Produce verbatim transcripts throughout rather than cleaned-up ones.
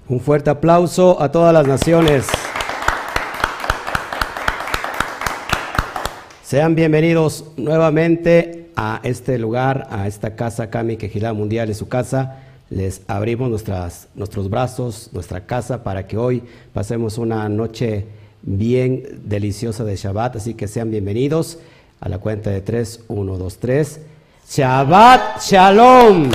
Un fuerte aplauso a todas las naciones. Sean bienvenidos nuevamente a este lugar, a esta casa Cami Quejilá Mundial, en su casa. Les abrimos nuestras, nuestros brazos, nuestra casa, para que hoy pasemos una noche bien deliciosa de Shabbat. Así que sean bienvenidos a la cuenta de tres, uno, dos, tres. Shabbat Shalom.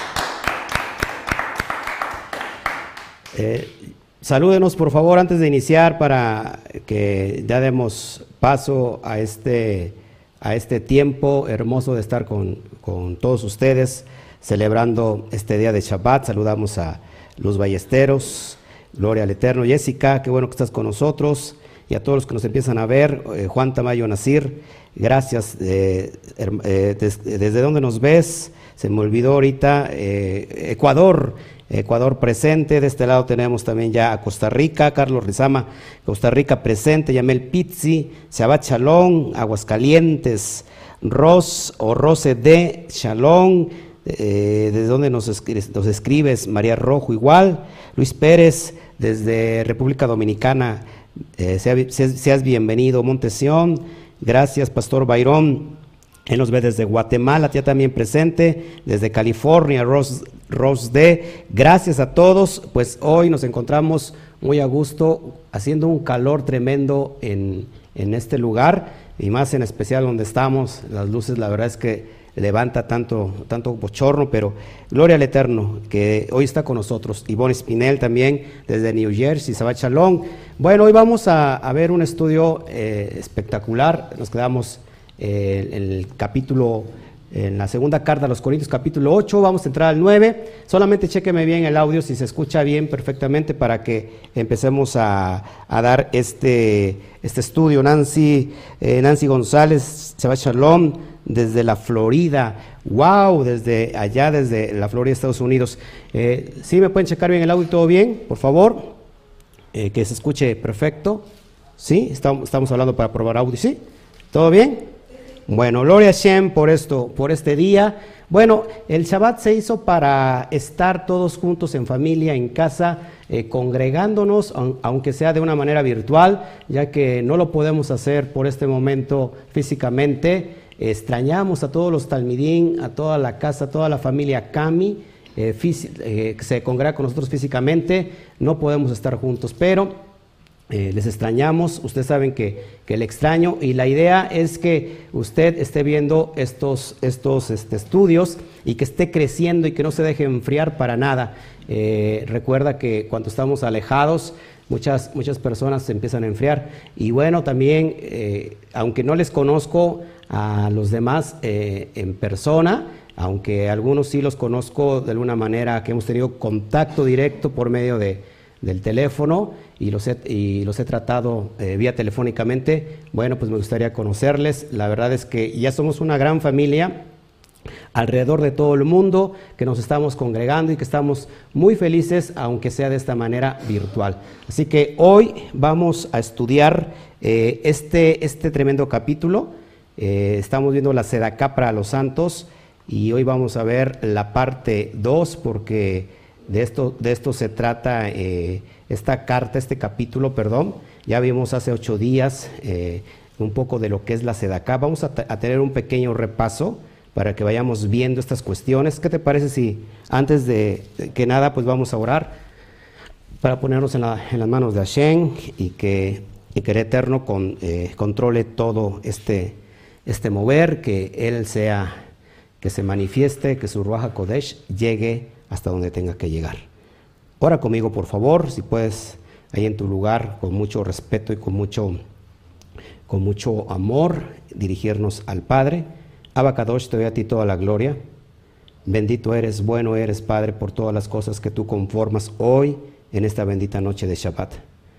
Eh, salúdenos por favor antes de iniciar, para que ya demos paso a este, a este tiempo hermoso de estar con, con todos ustedes celebrando este día de Shabbat. Saludamos a los ballesteros, gloria al Eterno. Jessica, qué bueno que estás con nosotros, y a todos los que nos empiezan a ver. eh, Juan Tamayo Nasir, gracias. eh, eh, des, ¿Desde dónde nos ves? Se me olvidó ahorita. eh, Ecuador. Ecuador presente. De este lado tenemos también ya a Costa Rica, Carlos Rizama, Costa Rica presente. Yamel Pizzi, Shabbat Shalom, Aguascalientes, Ros o Rose de Shalom. Eh, ¿Desde dónde nos, escri nos escribes? María Rojo igual. Luis Pérez, desde República Dominicana, eh, sea, seas bienvenido. Montesión, gracias. Pastor Bayrón, él nos ve desde Guatemala, tía también presente, desde California, Rose, Rose D. Gracias a todos. Pues hoy nos encontramos muy a gusto, haciendo un calor tremendo en, en este lugar, y más en especial donde estamos. Las luces, la verdad es que levanta tanto, tanto bochorno, pero gloria al Eterno, que hoy está con nosotros. Ivonne Espinel también, desde New Jersey, Shabbat Shalom. Bueno, hoy vamos a, a ver un estudio eh, espectacular. Nos quedamos eh, en el capítulo, en la segunda carta a los Corintios, capítulo ocho, vamos a entrar al nueve. Solamente chéqueme bien el audio, si se escucha bien perfectamente, para que empecemos a, a dar este, este estudio. Nancy, eh, Nancy González, Shabbat Shalom, desde la Florida. Wow, desde allá, desde la Florida, Estados Unidos. Eh, ¿Sí me pueden checar bien el audio? ¿Todo bien? Por favor, eh, que se escuche perfecto. ¿Sí? Estamos, estamos hablando para probar audio. ¿Sí? ¿Todo bien? Bueno, gloria a Shem por esto, por este día. Bueno, el Shabbat se hizo para estar todos juntos en familia, en casa, eh, congregándonos, aunque sea de una manera virtual, ya que no lo podemos hacer por este momento físicamente. Extrañamos a todos los talmidín, a toda la casa, a toda la familia Cami, eh, eh, que se congrega con nosotros físicamente. No podemos estar juntos, pero Eh, les extrañamos. Ustedes saben que, que le extraño, y la idea es que usted esté viendo estos, estos este, estudios, y que esté creciendo, y que no se deje enfriar para nada. Eh, recuerda que cuando estamos alejados, muchas, muchas personas se empiezan a enfriar. Y bueno, también, eh, aunque no les conozco a los demás eh, en persona, aunque algunos sí los conozco de alguna manera, que hemos tenido contacto directo por medio de, del teléfono, y los he, y los he tratado eh, vía telefónicamente, bueno, pues me gustaría conocerles. La verdad es que ya somos una gran familia alrededor de todo el mundo, que nos estamos congregando y que estamos muy felices, aunque sea de esta manera virtual. Así que hoy vamos a estudiar eh, este, este tremendo capítulo. Eh, estamos viendo la Sedaká para los santos, y hoy vamos a ver la parte dos, porque de esto, de esto se trata eh, esta carta, este capítulo, perdón. Ya vimos hace ocho días eh, un poco de lo que es la Sedaká. Vamos a, a tener un pequeño repaso para que vayamos viendo estas cuestiones. ¿Qué te parece si antes de que nada, pues vamos a orar para ponernos en, la, en las manos de Hashem, y que, y que el Eterno con, eh, controle todo este, este mover, que Él sea, que se manifieste, que su Ruach HaKodesh llegue hasta donde tenga que llegar. Ora conmigo, por favor, si puedes, ahí en tu lugar, con mucho respeto y con mucho, con mucho amor, dirigirnos al Padre. Abba Kadosh, te doy a ti toda la gloria. Bendito eres, bueno eres, Padre, por todas las cosas que tú conformas hoy en esta bendita noche de Shabbat.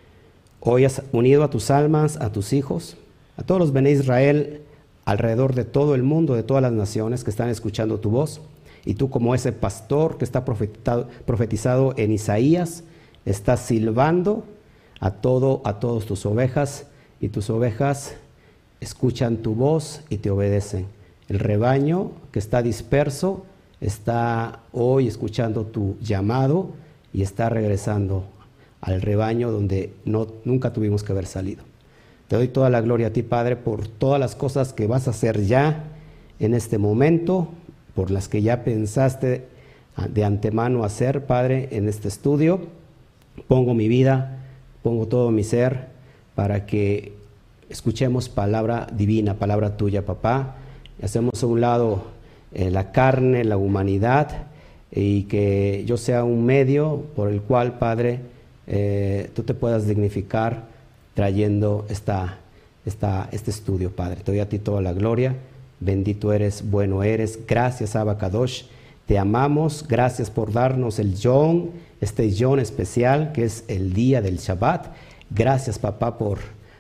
Hoy has unido a tus almas, a tus hijos, a todos los Bene Israel alrededor de todo el mundo, de todas las naciones que están escuchando tu voz. Y tú, como ese pastor que está profetizado, profetizado en Isaías, estás silbando a, todo, a todas tus ovejas, y tus ovejas escuchan tu voz y te obedecen. El rebaño que está disperso está hoy escuchando tu llamado, y está regresando al rebaño donde no, nunca tuvimos que haber salido. Te doy toda la gloria a ti, Padre, por todas las cosas que vas a hacer ya en este momento, por las que ya pensaste de antemano hacer, Padre, en este estudio. Pongo mi vida, pongo todo mi ser para que escuchemos palabra divina, palabra tuya, papá. Hacemos a un lado eh, la carne, la humanidad, y que yo sea un medio por el cual, Padre, eh, tú te puedas dignificar trayendo esta, esta, este estudio, Padre. Te doy a ti toda la gloria. Bendito eres, bueno eres. Gracias, Abba Kadosh. Te amamos. Gracias por darnos el Yom, este Yom especial que es el día del Shabbat. Gracias, papá, por,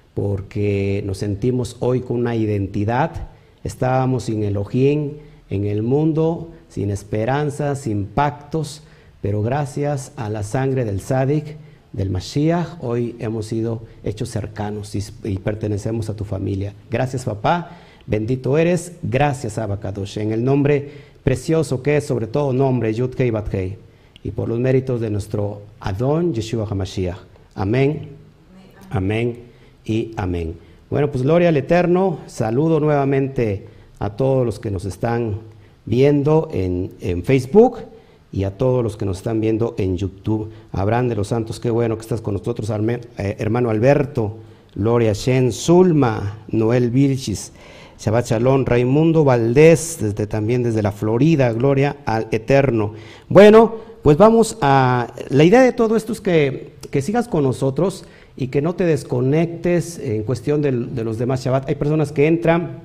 porque nos sentimos hoy con una identidad. Estábamos sin Elohim en el mundo, sin esperanza, sin pactos, pero gracias a la sangre del Tzadik, del Mashiach, hoy hemos sido hechos cercanos y, y pertenecemos a tu familia. Gracias, papá, bendito eres. Gracias, Abba Kadosh, en el nombre precioso que es sobre todo nombre, Yud-Kei Bat-Kei, y por los méritos de nuestro Adón Yeshua HaMashiach. Amén, amén y amén. Bueno, pues gloria al Eterno. Saludo nuevamente a todos los que nos están viendo en, en Facebook y a todos los que nos están viendo en YouTube. Abraham de los Santos, qué bueno que estás con nosotros, eh, hermano Alberto, Gloria Shen, Zulma, Noel Vilchis, Shabbat Shalom, Raimundo Valdés, desde, también desde la Florida, gloria al Eterno. Bueno, pues vamos a, la idea de todo esto es que, que sigas con nosotros y que no te desconectes en cuestión de, de los demás Shabbat. Hay personas que entran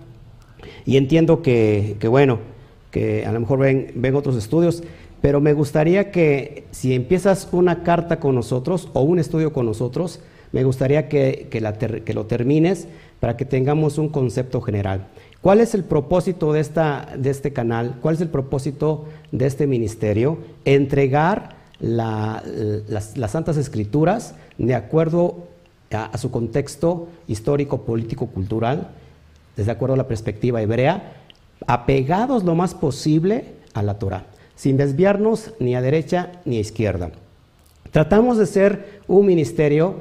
y entiendo que, que bueno, que a lo mejor ven, ven otros estudios, pero me gustaría que si empiezas una carta con nosotros o un estudio con nosotros, me gustaría que, que, la ter, que lo termines para que tengamos un concepto general. ¿Cuál es el propósito de, esta, de este canal? ¿Cuál es el propósito de este ministerio? Entregar la, las, las Santas Escrituras de acuerdo a, a su contexto histórico, político, cultural, desde acuerdo a la perspectiva hebrea, apegados lo más posible a la Torah, sin desviarnos ni a derecha ni a izquierda. Tratamos de ser un ministerio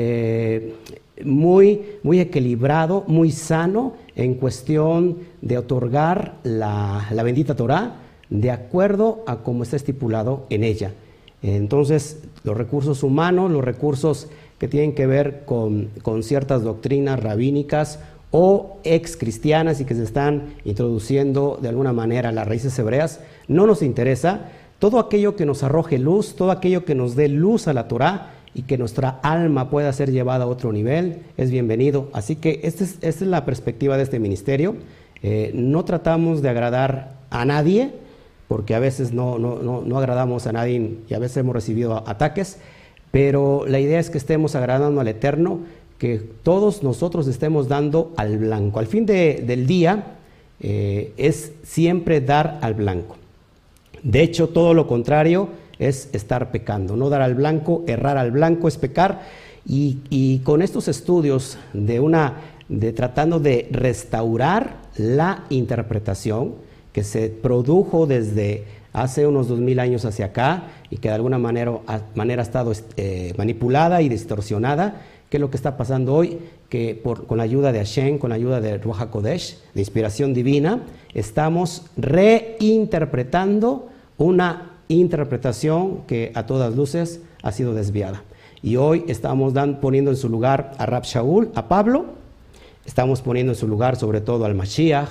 eh, muy, muy equilibrado, muy sano en cuestión de otorgar la, la bendita Torah de acuerdo a cómo está estipulado en ella. Entonces, los recursos humanos, los recursos que tienen que ver con, con ciertas doctrinas rabínicas o ex cristianas y que se están introduciendo de alguna manera a las raíces hebreas, no nos interesa. Todo aquello que nos arroje luz, todo aquello que nos dé luz a la Torah y que nuestra alma pueda ser llevada a otro nivel, es bienvenido. Así que esta es, esta es la perspectiva de este ministerio. Eh, no tratamos de agradar a nadie, porque a veces no, no, no, no agradamos a nadie y a veces hemos recibido ataques, pero la idea es que estemos agradando al Eterno, que todos nosotros estemos dando al blanco. Al fin de, del día eh, es siempre dar al blanco. De hecho, todo lo contrario es estar pecando. No dar al blanco, errar al blanco es pecar. Y, y con estos estudios de una, de tratando de restaurar la interpretación que se produjo desde hace unos dos mil años hacia acá y que de alguna manera, manera ha estado eh, manipulada y distorsionada. ¿Qué es lo que está pasando hoy? Que por, con la ayuda de Hashem, con la ayuda de Ruach HaKodesh, de inspiración divina, estamos reinterpretando una interpretación que a todas luces ha sido desviada. Y hoy estamos dan, poniendo en su lugar a Rab Shaul, a Pablo, estamos poniendo en su lugar sobre todo al Mashiach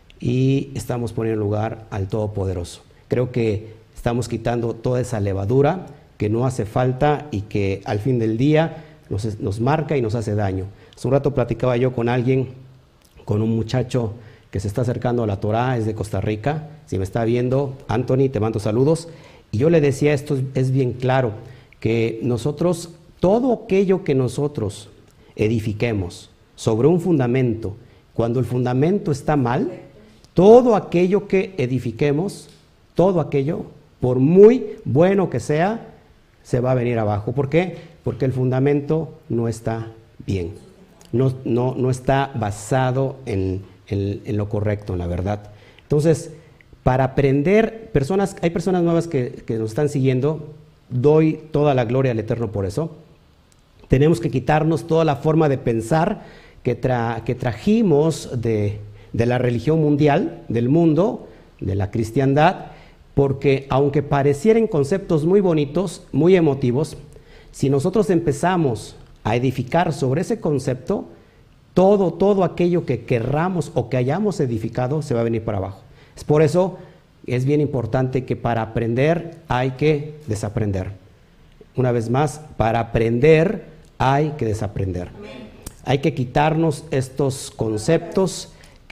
y estamos poniendo en lugar al Todopoderoso. Creo que estamos quitando toda esa levadura que no hace falta y que al fin del día Nos, nos marca y nos hace daño. Hace un rato platicaba yo con alguien, con un muchacho que se está acercando a la Torah, es de Costa Rica. Si me está viendo, Anthony, te mando saludos. Y yo le decía, esto es, es bien claro, que nosotros, todo aquello que nosotros edifiquemos sobre un fundamento, cuando el fundamento está mal, todo aquello que edifiquemos, todo aquello, por muy bueno que sea, se va a venir abajo. ¿Por qué? Porque el fundamento no está bien, no, no, no está basado en, en, en lo correcto, en la verdad. Entonces, para aprender, personas, hay personas nuevas que, que nos están siguiendo, doy toda la gloria al Eterno por eso. Tenemos que quitarnos toda la forma de pensar que, tra que trajimos de, de la religión mundial, del mundo, de la cristiandad, porque aunque parecieran conceptos muy bonitos, muy emotivos, si nosotros empezamos a edificar sobre ese concepto, todo, todo aquello que querramos o que hayamos edificado se va a venir para abajo. Es por eso es bien importante que para aprender hay que desaprender. Una vez más, para aprender hay que desaprender. Hay que quitarnos estos conceptos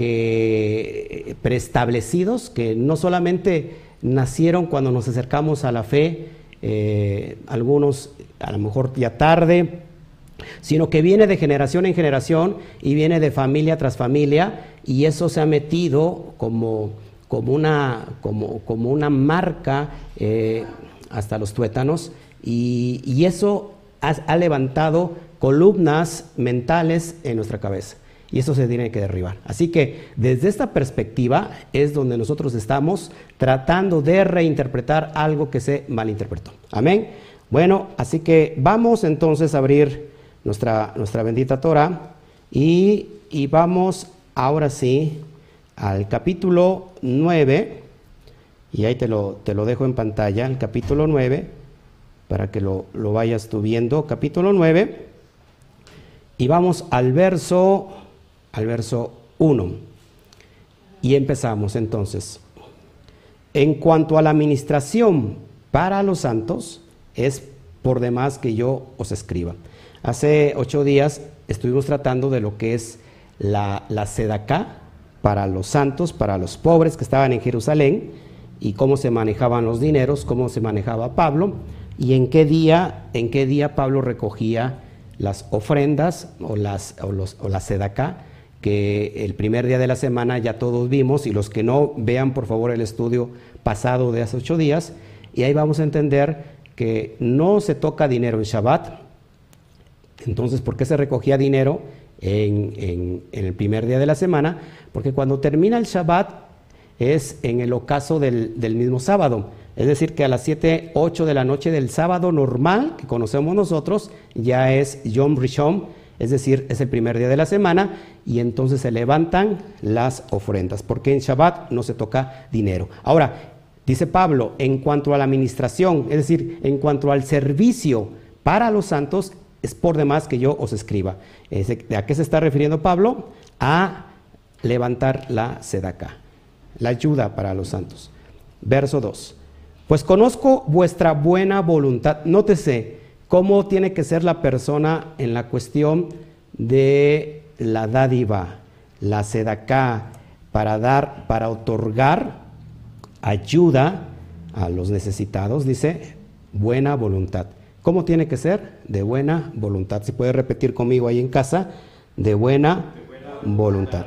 que, preestablecidos, que no solamente nacieron cuando nos acercamos a la fe, eh, algunos a lo mejor ya tarde, sino que viene de generación en generación y viene de familia tras familia, y eso se ha metido como, como, una, como, como una marca eh, hasta los tuétanos, y, y eso ha, ha levantado columnas mentales en nuestra cabeza, y eso se tiene que derribar. Así que desde esta perspectiva es donde nosotros estamos tratando de reinterpretar algo que se malinterpretó. Amén. Bueno, así que vamos entonces a abrir nuestra, nuestra bendita Torah y, y vamos ahora sí al capítulo nueve, y ahí te lo, te lo dejo en pantalla, el capítulo nueve, para que lo, lo vayas tú viendo, capítulo nueve, y vamos al verso, al verso uno, y empezamos entonces. En cuanto a la administración para los santos, es por demás que yo os escriba. Hace ocho días estuvimos tratando de lo que es la, la sedacá para los santos, para los pobres que estaban en Jerusalén, y cómo se manejaban los dineros, cómo se manejaba Pablo, y en qué día, en qué día Pablo recogía las ofrendas o, las, o, los, o la sedacá, que el primer día de la semana ya todos vimos, y los que no, vean por favor el estudio pasado de hace ocho días, y ahí vamos a entender que no se toca dinero en Shabbat. Entonces, ¿por qué se recogía dinero en, en, en el primer día de la semana? Porque cuando termina el Shabbat es en el ocaso del, del mismo sábado. Es decir, que a las siete, ocho de la noche del sábado normal, que conocemos nosotros, ya es Yom Rishon, es decir, es el primer día de la semana, y entonces se levantan las ofrendas, porque en Shabbat no se toca dinero. Ahora, dice Pablo, en cuanto a la administración, es decir, en cuanto al servicio para los santos, es por demás que yo os escriba. ¿A qué se está refiriendo Pablo? A levantar la sedacá, la ayuda para los santos. Verso dos. Pues conozco vuestra buena voluntad. Nótese cómo tiene que ser la persona en la cuestión de la dádiva, la sedacá, para dar, para otorgar ayuda a los necesitados. Dice, buena voluntad. ¿Cómo tiene que ser? De buena voluntad. Si puede repetir conmigo ahí en casa, de buena, de buena voluntad.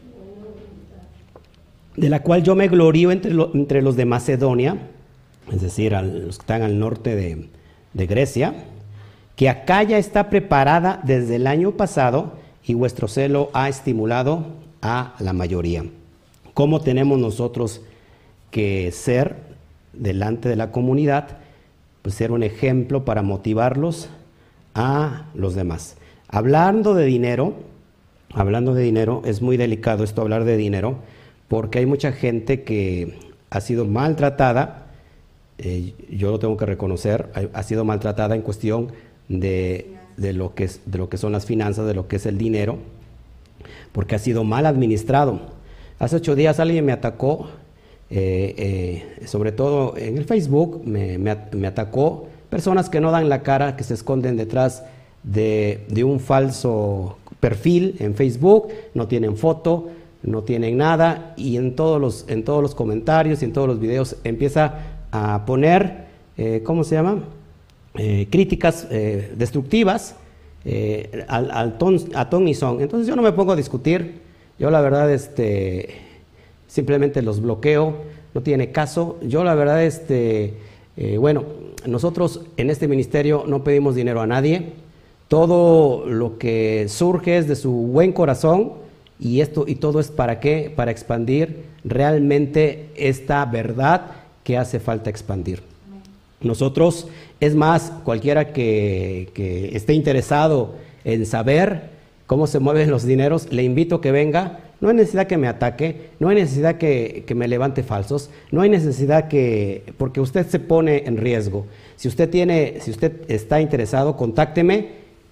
De la cual yo me glorío entre, lo, entre los de Macedonia, es decir, a los que están al norte de, de Grecia, que Acaya está preparada desde el año pasado y vuestro celo ha estimulado a la mayoría. ¿Cómo tenemos nosotros que ser delante de la comunidad? Pues ser un ejemplo para motivarlos a los demás. Hablando de dinero, hablando de dinero, es muy delicado esto, hablar de dinero, porque hay mucha gente que ha sido maltratada, eh, yo lo tengo que reconocer, ha, ha sido maltratada en cuestión de, de, lo que es, de lo que son las finanzas, de lo que es el dinero, porque ha sido mal administrado. Hace ocho días alguien me atacó, Eh, eh, sobre todo en el Facebook, me, me, me atacó personas que no dan la cara, que se esconden detrás de, de un falso perfil en Facebook, no tienen foto, no tienen nada, y en todos los, en todos los comentarios y en todos los videos empieza a poner, eh, ¿cómo se llama? Eh, críticas eh, destructivas eh, al, al ton, a ton y son. Entonces yo no me pongo a discutir, yo la verdad este... simplemente los bloqueo, no tiene caso. Yo la verdad, este, eh, bueno, nosotros en este ministerio no pedimos dinero a nadie, todo lo que surge es de su buen corazón, y esto y todo es para qué, para expandir realmente esta verdad que hace falta expandir. Nosotros, es más, cualquiera que, que esté interesado en saber cómo se mueven los dineros, le invito a que venga. No hay necesidad que me ataque, no hay necesidad que, que me levante falsos, no hay necesidad que, porque usted se pone en riesgo. Si usted tiene, si usted está interesado, contácteme.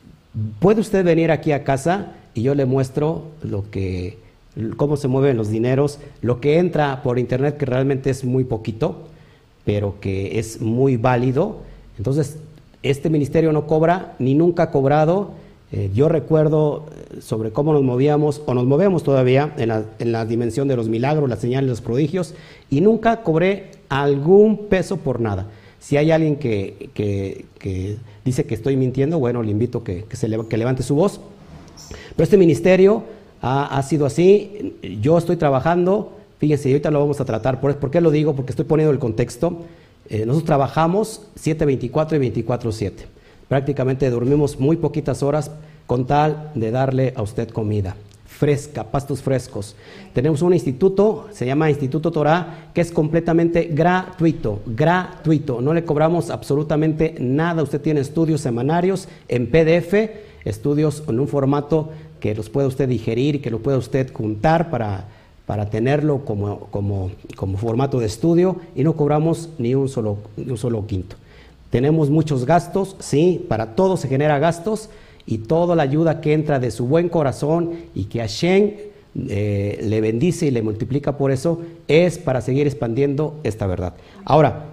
Puede usted venir aquí a casa y yo le muestro lo que, cómo se mueven los dineros, lo que entra por internet, que realmente es muy poquito, pero que es muy válido. Entonces, este ministerio no cobra, ni nunca ha cobrado. Eh, yo recuerdo sobre cómo nos movíamos, o nos movemos todavía, en la, en la dimensión de los milagros, las señales, los prodigios, y nunca cobré algún peso por nada. Si hay alguien que, que, que dice que estoy mintiendo, bueno, le invito a que, que, se le, que levante su voz. Pero este ministerio ha, ha sido así. Yo estoy trabajando, fíjense, y ahorita lo vamos a tratar. ¿Por, ¿por qué lo digo? Porque estoy poniendo el contexto. Eh, nosotros trabajamos siete veinticuatro y veinticuatro siete. Prácticamente dormimos muy poquitas horas con tal de darle a usted comida fresca, pastos frescos. Tenemos un instituto, se llama Instituto Torah, que es completamente gratuito, gratuito. No le cobramos absolutamente nada. Usted tiene estudios semanarios en P D F, estudios en un formato que los pueda usted digerir y que lo pueda usted juntar para, para tenerlo como, como, como formato de estudio, y no cobramos ni un solo, ni un solo quinto. Tenemos muchos gastos, sí, para todo se genera gastos, y toda la ayuda que entra de su buen corazón y que Hashem eh, le bendice y le multiplica por eso, es para seguir expandiendo esta verdad. Ahora,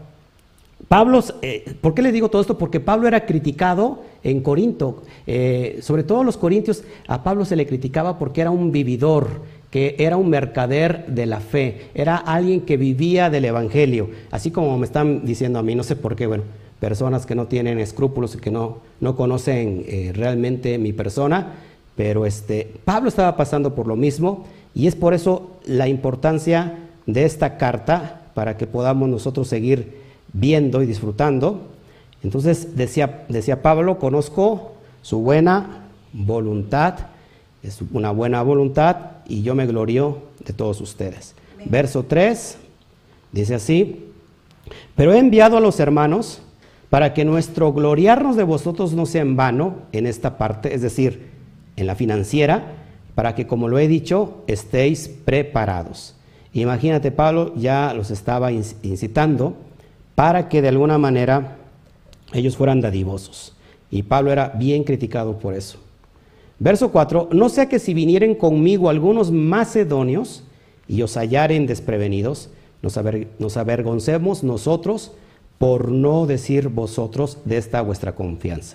Pablo, eh, ¿por qué les digo todo esto? Porque Pablo era criticado en Corinto, eh, sobre todo los corintios, a Pablo se le criticaba porque era un vividor, que era un mercader de la fe, era alguien que vivía del evangelio, así como me están diciendo a mí, no sé por qué, bueno, personas que no tienen escrúpulos y que no, no conocen eh, realmente mi persona, pero este, Pablo estaba pasando por lo mismo, y es por eso la importancia de esta carta, para que podamos nosotros seguir viendo y disfrutando. Entonces decía, decía Pablo, conozco su buena voluntad, es una buena voluntad, y yo me glorío de todos ustedes. Bien. Verso tres, dice así: pero he enviado a los hermanos para que nuestro gloriarnos de vosotros no sea en vano en esta parte, es decir, en la financiera, para que, como lo he dicho, estéis preparados. Imagínate, Pablo ya los estaba incitando para que de alguna manera ellos fueran dadivosos, y Pablo era bien criticado por eso. Verso cuatro, no sea que si vinieren conmigo algunos macedonios y os hallaren desprevenidos, nos, aver, nos avergoncemos nosotros, por no decir vosotros, de esta vuestra confianza.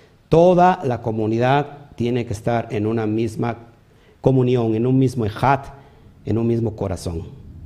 Toda la comunidad tiene que estar en una misma comunión, en un mismo ejat, en un mismo corazón.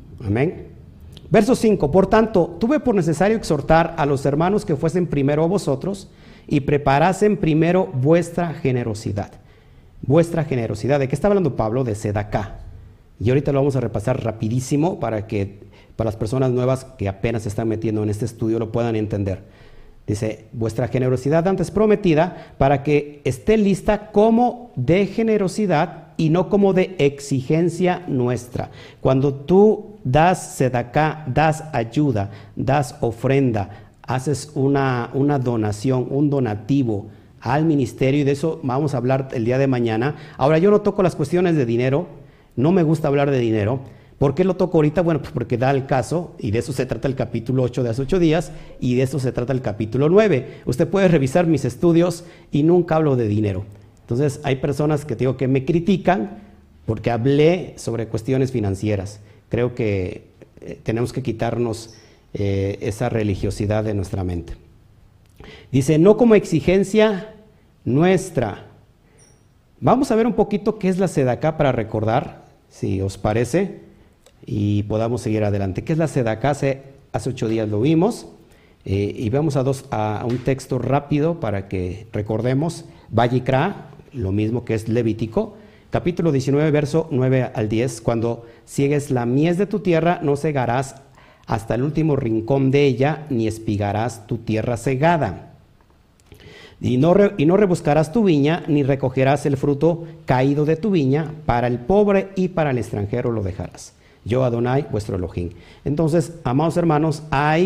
Amén. Verso cinco, por tanto, tuve por necesario exhortar a los hermanos que fuesen primero a vosotros y preparasen primero vuestra generosidad. Vuestra generosidad. ¿De qué está hablando Pablo? De Sedaká. Y ahorita lo vamos a repasar rapidísimo para que para las personas nuevas que apenas se están metiendo en este estudio lo puedan entender. Dice, vuestra generosidad antes prometida, para que esté lista como de generosidad y no como de exigencia nuestra. Cuando tú das sedaká, das ayuda, das ofrenda, haces una, una donación, un donativo al ministerio, y de eso vamos a hablar el día de mañana. Ahora, yo no toco las cuestiones de dinero, no me gusta hablar de dinero. ¿Por qué lo toco ahorita? Bueno, pues porque da el caso, y de eso se trata el capítulo ocho de hace ocho días, y de eso se trata el capítulo nueve. Usted puede revisar mis estudios y nunca hablo de dinero. Entonces, hay personas que digo que me critican porque hablé sobre cuestiones financieras. Creo que eh, tenemos que quitarnos eh, esa religiosidad de nuestra mente. Dice, no como exigencia nuestra. Vamos a ver un poquito qué es la sedaká para recordar, si os parece, y podamos seguir adelante. ¿Qué es la sedaká? Hace, hace ocho días lo vimos, eh, y vamos a, dos, a, a un texto rápido para que recordemos. Vayikra, lo mismo que es Levítico, capítulo diecinueve, verso nueve al diez. Cuando ciegues la mies de tu tierra, no cegarás hasta el último rincón de ella, ni espigarás tu tierra cegada. Y no, re, y no rebuscarás tu viña, ni recogerás el fruto caído de tu viña, para el pobre y para el extranjero lo dejarás. Yo, Adonai, vuestro Elohim. Entonces, amados hermanos, hay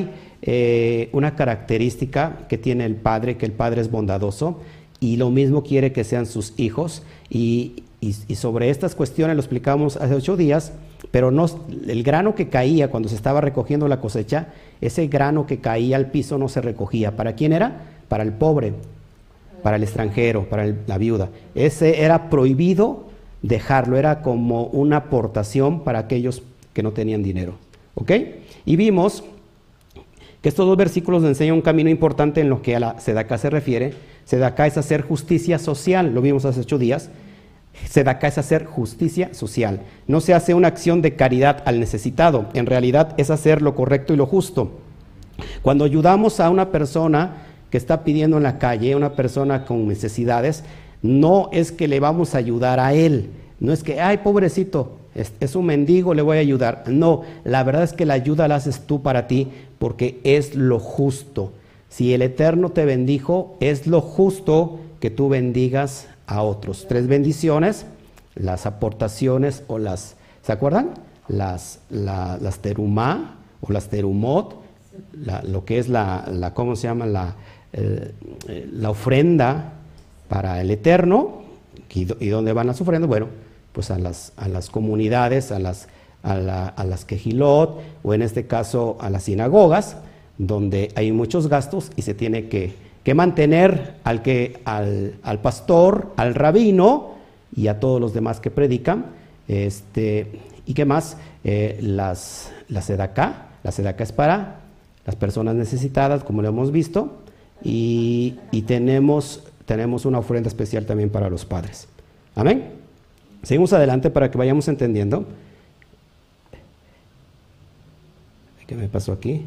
eh, una característica que tiene el Padre, que el Padre es bondadoso, y lo mismo quiere que sean sus hijos, y, y, y sobre estas cuestiones lo explicamos hace ocho días, pero no, el grano que caía cuando se estaba recogiendo la cosecha, ese grano que caía al piso no se recogía. ¿Para quién era? Para el pobre, para el extranjero, para el, la viuda. Ese era prohibido dejarlo, era como una aportación para aquellos que no tenían dinero. ¿Ok? Y vimos que estos dos versículos nos enseñan un camino importante en lo que a la Sedaká se refiere. Sedaká es hacer justicia social, lo vimos hace ocho días. Sedaká es hacer justicia social. No se hace una acción de caridad al necesitado, en realidad es hacer lo correcto y lo justo. Cuando ayudamos a una persona que está pidiendo en la calle, una persona con necesidades, no es que le vamos a ayudar a él, no es que, ay, pobrecito, es, es un mendigo, le voy a ayudar. No, la verdad es que la ayuda la haces tú para ti, porque es lo justo. Si el Eterno te bendijo, es lo justo que tú bendigas a otros. Tres bendiciones, las aportaciones o las, ¿se acuerdan? Las, la, las terumá o las terumot, la, lo que es la, la, ¿cómo se llama? La, eh, la ofrenda para el Eterno. ¿Y, y dónde van las ofrendas? Bueno, pues a las, a las comunidades, a las, a, la, a las quejilot, o en este caso a las sinagogas, donde hay muchos gastos y se tiene que, que mantener al, que, al, al pastor, al rabino y a todos los demás que predican. Este, ¿Y qué más? Eh, las, la sedaká, la sedaká es para las personas necesitadas, como lo hemos visto, y, y tenemos, tenemos una ofrenda especial también para los padres. Amén. Seguimos adelante para que vayamos entendiendo. ¿Qué me pasó aquí?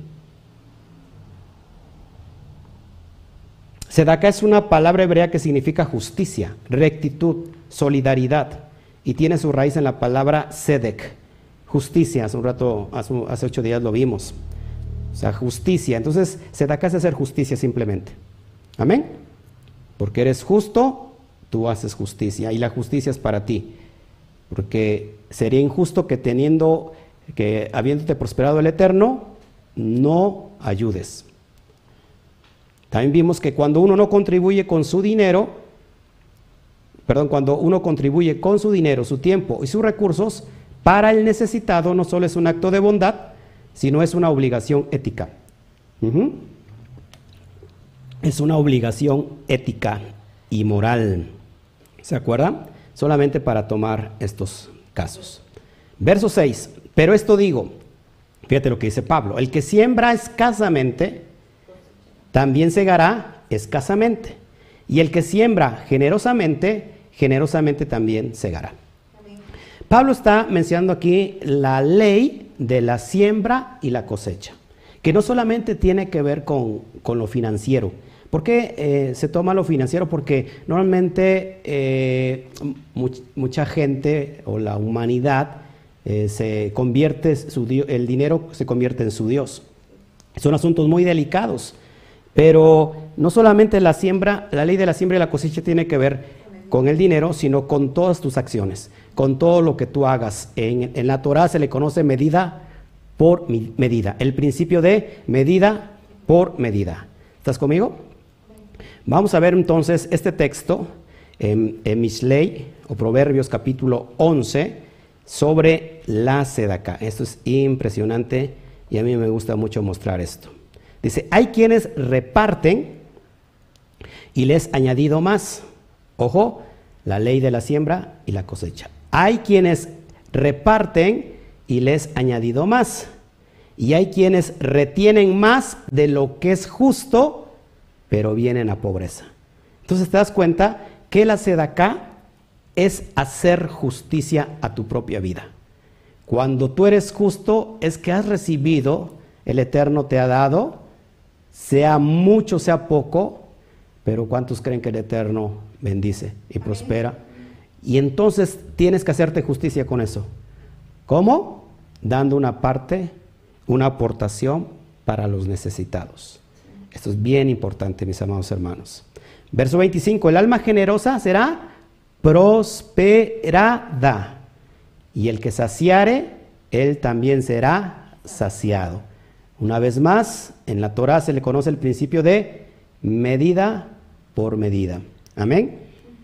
Sedaká es una palabra hebrea que significa justicia, rectitud, solidaridad, y tiene su raíz en la palabra sedek, justicia. Hace un rato, hace, hace ocho días lo vimos. O sea, justicia. Entonces, sedaká es hacer justicia simplemente. Amén. Porque eres justo, tú haces justicia, y la justicia es para ti. Porque sería injusto que teniendo, que habiéndote prosperado el Eterno, no ayudes. También vimos que cuando uno no contribuye con su dinero, perdón, cuando uno contribuye con su dinero, su tiempo y sus recursos para el necesitado, no solo es un acto de bondad, sino es una obligación ética. Uh-huh. Es una obligación ética y moral. ¿Se acuerdan? Solamente para tomar estos casos. Verso seis. Pero esto digo, fíjate lo que dice Pablo, el que siembra escasamente, también segará escasamente. Y el que siembra generosamente, generosamente también segará. Amén. Pablo está mencionando aquí la ley de la siembra y la cosecha, que no solamente tiene que ver con, con lo financiero. ¿Por qué eh, se toma lo financiero? Porque normalmente eh, much, mucha gente o la humanidad eh, se convierte, su, el dinero se convierte en su Dios. Son asuntos muy delicados. Pero no solamente la siembra, la ley de la siembra y la cosecha tiene que ver con el dinero, sino con todas tus acciones, con todo lo que tú hagas. En, en la Torah se le conoce medida por medida, el principio de medida por medida. ¿Estás conmigo? Vamos a ver entonces este texto en, en Mishlei o Proverbios capítulo once sobre la sedaká. Esto es impresionante y a mí me gusta mucho mostrar esto. Dice, hay quienes reparten y les añadido más. Ojo, la ley de la siembra y la cosecha. Hay quienes reparten y les añadido más. Y hay quienes retienen más de lo que es justo, pero vienen a pobreza. Entonces te das cuenta que la sedaká es hacer justicia a tu propia vida. Cuando tú eres justo es que has recibido, el Eterno te ha dado, sea mucho, sea poco, pero ¿cuántos creen que el Eterno bendice y prospera? Y entonces tienes que hacerte justicia con eso. ¿Cómo? Dando una parte, una aportación para los necesitados. Esto es bien importante, mis amados hermanos. Verso veinticinco, el alma generosa será prosperada, y el que saciare, él también será saciado. Una vez más, en la Torah se le conoce el principio de medida por medida. Amén.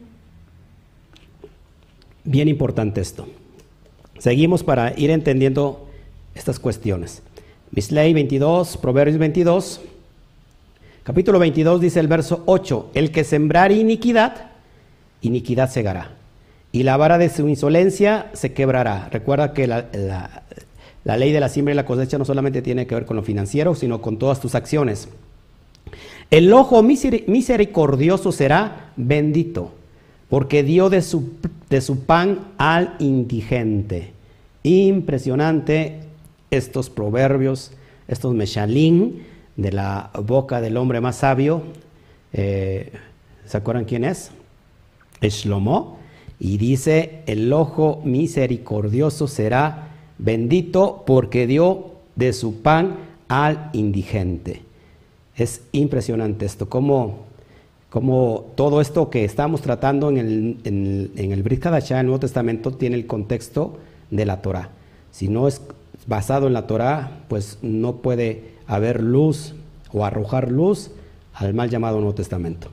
Bien importante esto. Seguimos para ir entendiendo estas cuestiones. Misley veintidós, Proverbios veintidós, capítulo veintidós dice el verso ocho, el que sembrar iniquidad, iniquidad segará, y la vara de su insolencia se quebrará. Recuerda que la, la, la ley de la siembra y la cosecha no solamente tiene que ver con lo financiero, sino con todas tus acciones. El ojo misericordioso será bendito, porque dio de su, de su pan al indigente. Impresionante estos proverbios, estos meshalín de la boca del hombre más sabio. Eh, ¿Se acuerdan quién es? Es Shlomo. Y dice, el ojo misericordioso será bendito porque dio de su pan al indigente. Es impresionante esto, cómo, cómo todo esto que estamos tratando en el, en, en el Brit Hadashah, el Nuevo Testamento, tiene el contexto de la Torah. Si no es basado en la Torah, pues no puede haber luz o arrojar luz al mal llamado Nuevo Testamento.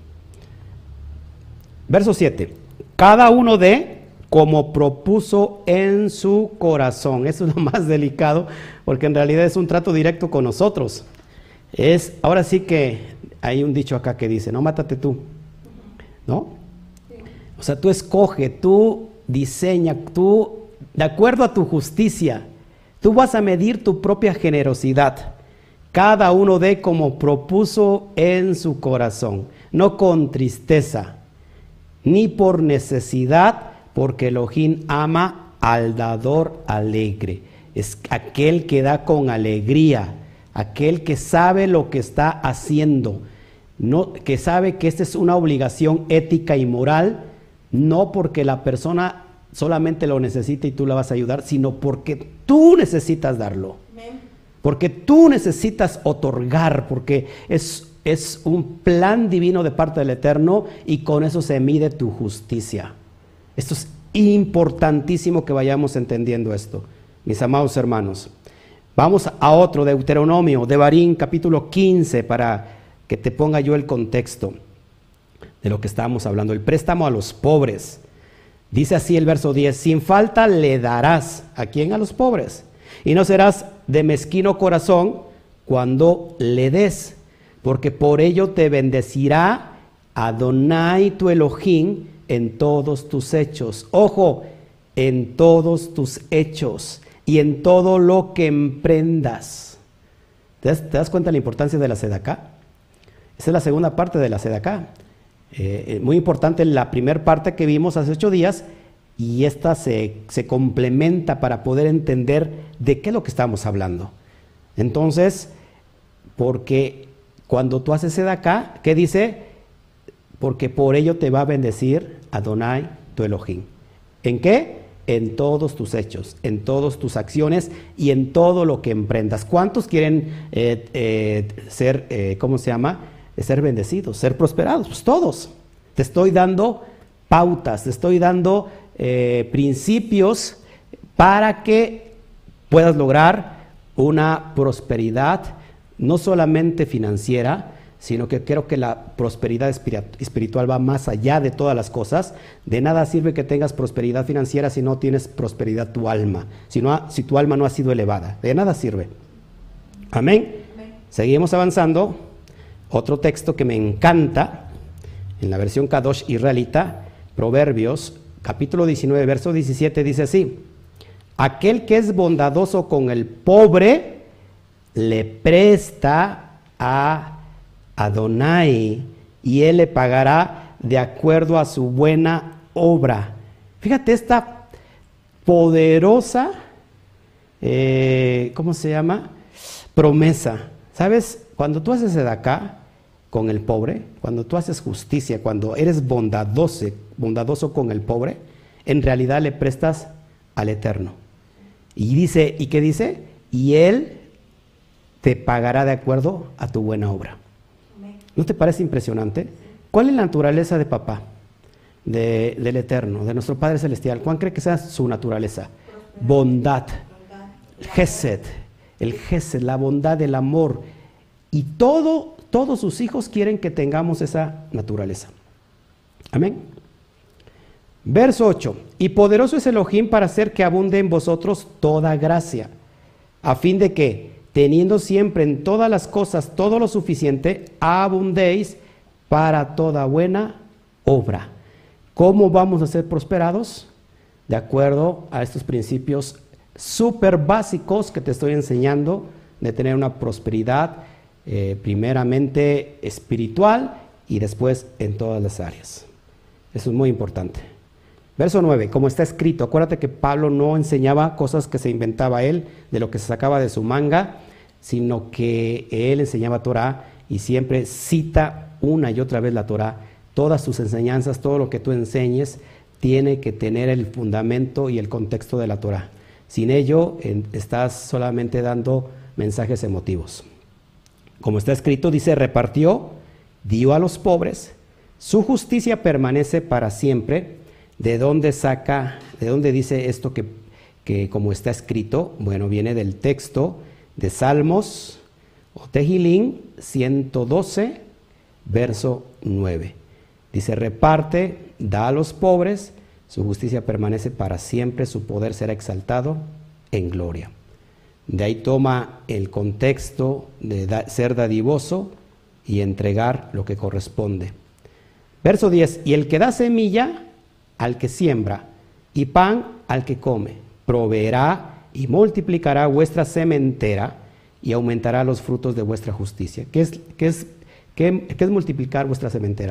Verso siete. Cada uno dé como propuso en su corazón. Eso es lo más delicado, porque en realidad es un trato directo con nosotros. Es, ahora sí que hay un dicho acá que dice, no, mátate tú, ¿no? O sea, tú escoge, tú diseña, tú, de acuerdo a tu justicia, tú vas a medir tu propia generosidad. Cada uno dé como propuso en su corazón, no con tristeza, ni por necesidad, porque Elohim ama al dador alegre. Es aquel que da con alegría, aquel que sabe lo que está haciendo, no, que sabe que esta es una obligación ética y moral, no porque la persona solamente lo necesita y tú la vas a ayudar, sino porque tú necesitas darlo, porque tú necesitas otorgar, porque es, es un plan divino de parte del Eterno y con eso se mide tu justicia. Esto es importantísimo que vayamos entendiendo esto, mis amados hermanos. Vamos a otro, Deuteronomio, Devarim, capítulo quince, para que te ponga yo el contexto de lo que estábamos hablando. El préstamo a los pobres. Dice así el verso diez, sin falta le darás. ¿A quién? A los pobres. Y no serás de mezquino corazón cuando le des, porque por ello te bendecirá Adonai tu Elohim en todos tus hechos. Ojo, en todos tus hechos. Y en todo lo que emprendas. ¿Te das, te das cuenta de la importancia de la Sedaká? Esa es la segunda parte de la Sedaká. Eh, muy importante la primera parte que vimos hace ocho días, y esta se, se complementa para poder entender de qué es lo que estamos hablando. Entonces, porque cuando tú haces Sedaká, ¿qué dice? Porque por ello te va a bendecir Adonai tu Elohim. ¿En qué? En todos tus hechos, en todas tus acciones y en todo lo que emprendas. ¿Cuántos quieren eh, eh, ser, eh, ¿cómo se llama? Ser bendecidos, ser prosperados. Pues todos. Te estoy dando pautas, te estoy dando eh, principios para que puedas lograr una prosperidad, no solamente financiera, sino que creo que la prosperidad espiritual va más allá de todas las cosas. De nada sirve que tengas prosperidad financiera si no tienes prosperidad tu alma, si, no, si tu alma no ha sido elevada. De nada sirve. Amén. Amén. Seguimos avanzando. Otro texto que me encanta, en la versión Kadosh israelita, Proverbios, capítulo diecinueve, verso diecisiete, dice así: aquel que es bondadoso con el pobre, le presta a Adonai, y él le pagará de acuerdo a su buena obra. Fíjate esta poderosa, eh, ¿cómo se llama? Promesa. ¿Sabes? Cuando tú haces Sedaká con el pobre, cuando tú haces justicia, cuando eres bondadoso, bondadoso con el pobre, en realidad le prestas al Eterno. Y dice, ¿y qué dice? Y él te pagará de acuerdo a tu buena obra. ¿No te parece impresionante? ¿Cuál es la naturaleza de papá, de, del Eterno, de nuestro Padre Celestial? ¿Cuál cree que sea su naturaleza? Bondad, Gesed. el gesed, la bondad, el amor. Y todo, todos sus hijos quieren que tengamos esa naturaleza. Amén. Verso ocho. Y poderoso es Elohim para hacer que abunde en vosotros toda gracia, a fin de que, teniendo siempre en todas las cosas todo lo suficiente, abundéis para toda buena obra. ¿Cómo vamos a ser prosperados? De acuerdo a estos principios súper básicos que te estoy enseñando, de tener una prosperidad eh, primeramente espiritual y después en todas las áreas. Eso es muy importante. Verso nueve, como está escrito, acuérdate que Pablo no enseñaba cosas que se inventaba él, de lo que se sacaba de su manga, sino que él enseñaba Torah y siempre cita una y otra vez la Torah. Todas tus enseñanzas, todo lo que tú enseñes, tiene que tener el fundamento y el contexto de la Torah. Sin ello, en, estás solamente dando mensajes emotivos. Como está escrito, dice, repartió, dio a los pobres, su justicia permanece para siempre. ¿De dónde saca, de dónde dice esto que, que como está escrito? Bueno, viene del texto de Salmos o Tehilín ciento doce, verso nueve. Dice, reparte, da a los pobres, su justicia permanece para siempre, su poder será exaltado en gloria. De ahí toma el contexto de da, ser dadivoso y entregar lo que corresponde. Verso diez, y el que da semilla al que siembra y pan al que come, proveerá y multiplicará vuestra sementera y aumentará los frutos de vuestra justicia. ¿Qué es, qué es, qué, qué es multiplicar vuestra sementera?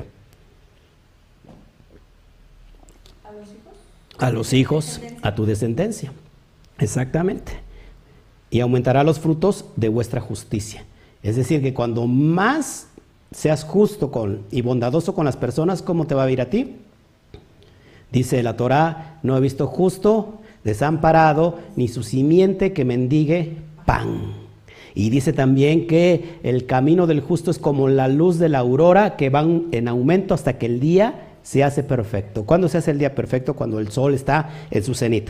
¿A los hijos? A los hijos, a tu descendencia. Exactamente. Y aumentará los frutos de vuestra justicia. Es decir, que cuando más seas justo con, y bondadoso con las personas, ¿cómo te va a ir a ti? Dice la Torá, no he visto justo, desamparado, ni su simiente que mendigue pan. Y dice también que el camino del justo es como la luz de la aurora que van en aumento hasta que el día se hace perfecto. ¿Cuándo se hace el día perfecto? Cuando el sol está en su cenit.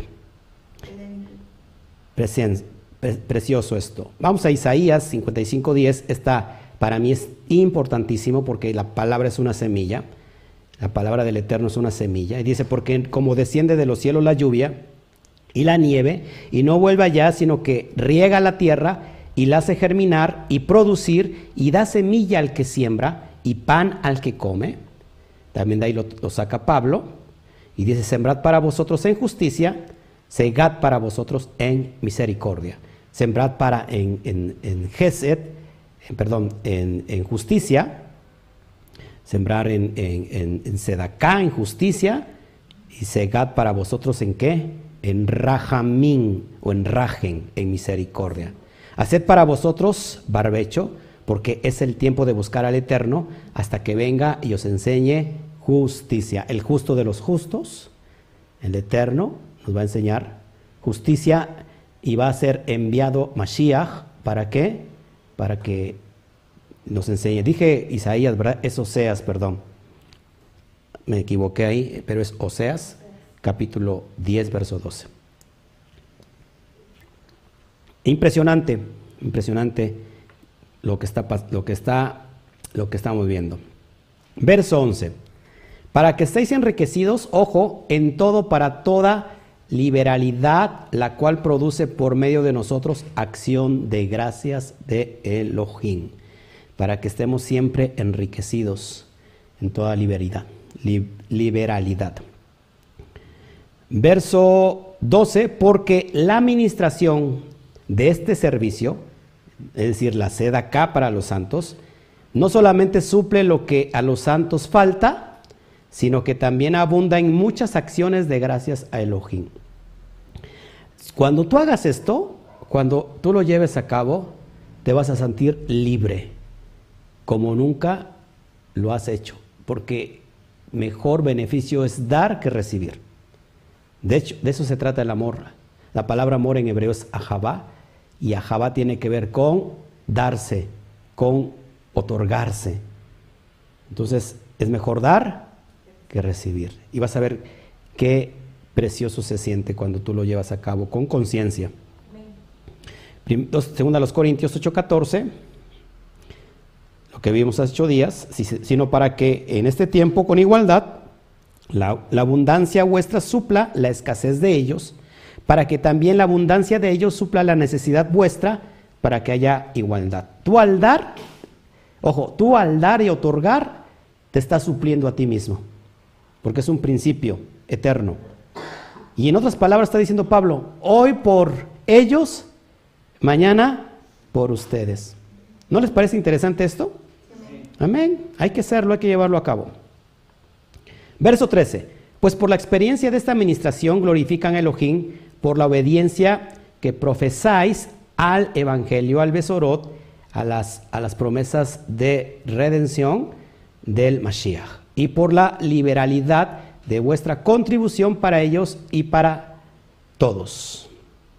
Precien, pre, precioso esto. Vamos a Isaías cincuenta y cinco diez. Esta para mí es importantísimo porque la palabra es una semilla. La palabra del Eterno es una semilla. Y dice, porque como desciende de los cielos la lluvia y la nieve, y no vuelve allá, sino que riega la tierra y la hace germinar y producir, y da semilla al que siembra y pan al que come. También de ahí lo, lo saca Pablo. Y dice, sembrad para vosotros en justicia, segad para vosotros en misericordia. Sembrad para en, en, en gesed, en, perdón, en, en justicia, sembrar en, en, en, en sedaká, en justicia, y segad para vosotros en qué, en rajamín o en rajen, en misericordia. Haced para vosotros barbecho, porque es el tiempo de buscar al Eterno hasta que venga y os enseñe justicia. El justo de los justos, el Eterno, nos va a enseñar justicia y va a ser enviado Mashiach. ¿Para qué? Para que nos enseñe. Dije Isaías, ¿verdad? Es Oseas, perdón. Me equivoqué ahí, pero es Oseas, capítulo diez, verso doce. Impresionante, impresionante lo que está, lo que está, lo que estamos viendo. Verso once. Para que estéis enriquecidos, ojo, en todo para toda liberalidad, la cual produce por medio de nosotros acción de gracias de Elohim. Para que estemos siempre enriquecidos en toda liberalidad. Li, liberalidad. Verso doce, porque la administración de este servicio, es decir, la sedaká para los santos, no solamente suple lo que a los santos falta, sino que también abunda en muchas acciones de gracias a Elohim. Cuando tú hagas esto, cuando tú lo lleves a cabo, te vas a sentir libre, como nunca lo has hecho, porque mejor beneficio es dar que recibir. De hecho, de eso se trata el amor. La palabra amor en hebreo es ahavá, y ahavá tiene que ver con darse, con otorgarse. Entonces, es mejor dar que recibir. Y vas a ver qué precioso se siente cuando tú lo llevas a cabo con conciencia. Segunda a los Corintios ocho catorce, lo que vimos hace ocho días, sino para que en este tiempo con igualdad la, la abundancia vuestra supla la escasez de ellos, para que también la abundancia de ellos supla la necesidad vuestra, para que haya igualdad. Tú al dar, ojo, tú al dar y otorgar, te estás supliendo a ti mismo, porque es un principio eterno. Y en otras palabras está diciendo Pablo, hoy por ellos, mañana por ustedes. ¿No les parece interesante esto? Amén. Hay que hacerlo, hay que llevarlo a cabo. Verso trece. Pues por la experiencia de esta administración glorifican a Elohim por la obediencia que profesáis al Evangelio, al Besorot, a las, a las promesas de redención del Mashiach, y por la liberalidad de vuestra contribución para ellos y para todos.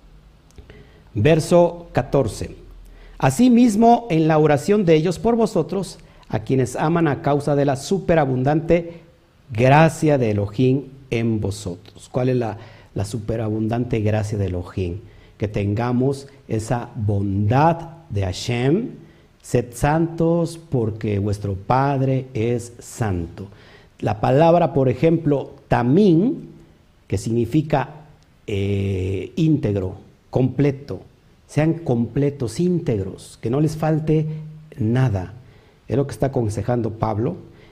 Verso catorce. Asimismo, en la oración de ellos por vosotros, a quienes aman a causa de la superabundante gracia de Elohim en vosotros. ¿Cuál es la, la superabundante gracia de Elohim? Que tengamos esa bondad de Hashem. Sed santos porque vuestro Padre es santo. La palabra, por ejemplo, tamín, que significa eh, íntegro, completo. Sean completos, íntegros, que no les falte nada. Es lo que está aconsejando Pablo.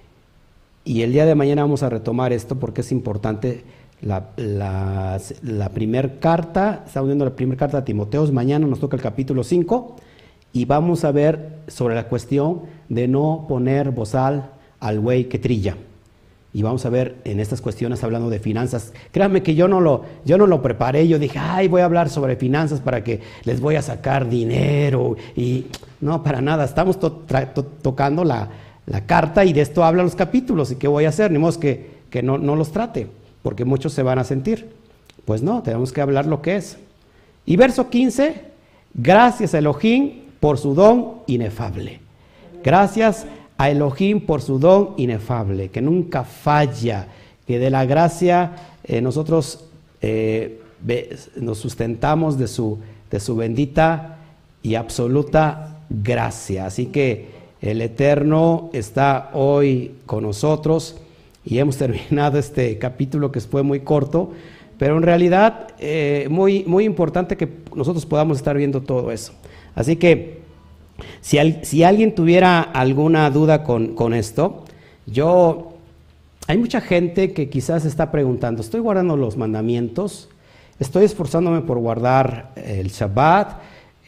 Y el día de mañana vamos a retomar esto porque es importante. La, la, la primera carta, estamos viendo la primera carta a Timoteos, mañana nos toca el capítulo cinco y vamos a ver sobre la cuestión de no poner bozal al buey que trilla. Y vamos a ver en estas cuestiones hablando de finanzas. Créanme que yo no lo, yo no lo preparé, yo dije, ay, voy a hablar sobre finanzas para que les voy a sacar dinero. Y no, para nada, estamos to, tra, to, tocando la, la carta y de esto hablan los capítulos. ¿Y qué voy a hacer? Ni modo que, que no, no los trate, porque muchos se van a sentir. Pues no, tenemos que hablar lo que es. Y verso quince, gracias a Elohim por su don inefable. Gracias a Elohim por su don inefable, que nunca falla, que de la gracia eh, nosotros eh, nos sustentamos de su, de su bendita y absoluta gracia. Así que el Eterno está hoy con nosotros y hemos terminado este capítulo que fue muy corto, pero en realidad eh, muy, muy importante que nosotros podamos estar viendo todo eso. Así que Si, al, si alguien tuviera alguna duda con, con esto, yo, hay mucha gente que quizás está preguntando, ¿estoy guardando los mandamientos? ¿Estoy esforzándome por guardar el Shabbat?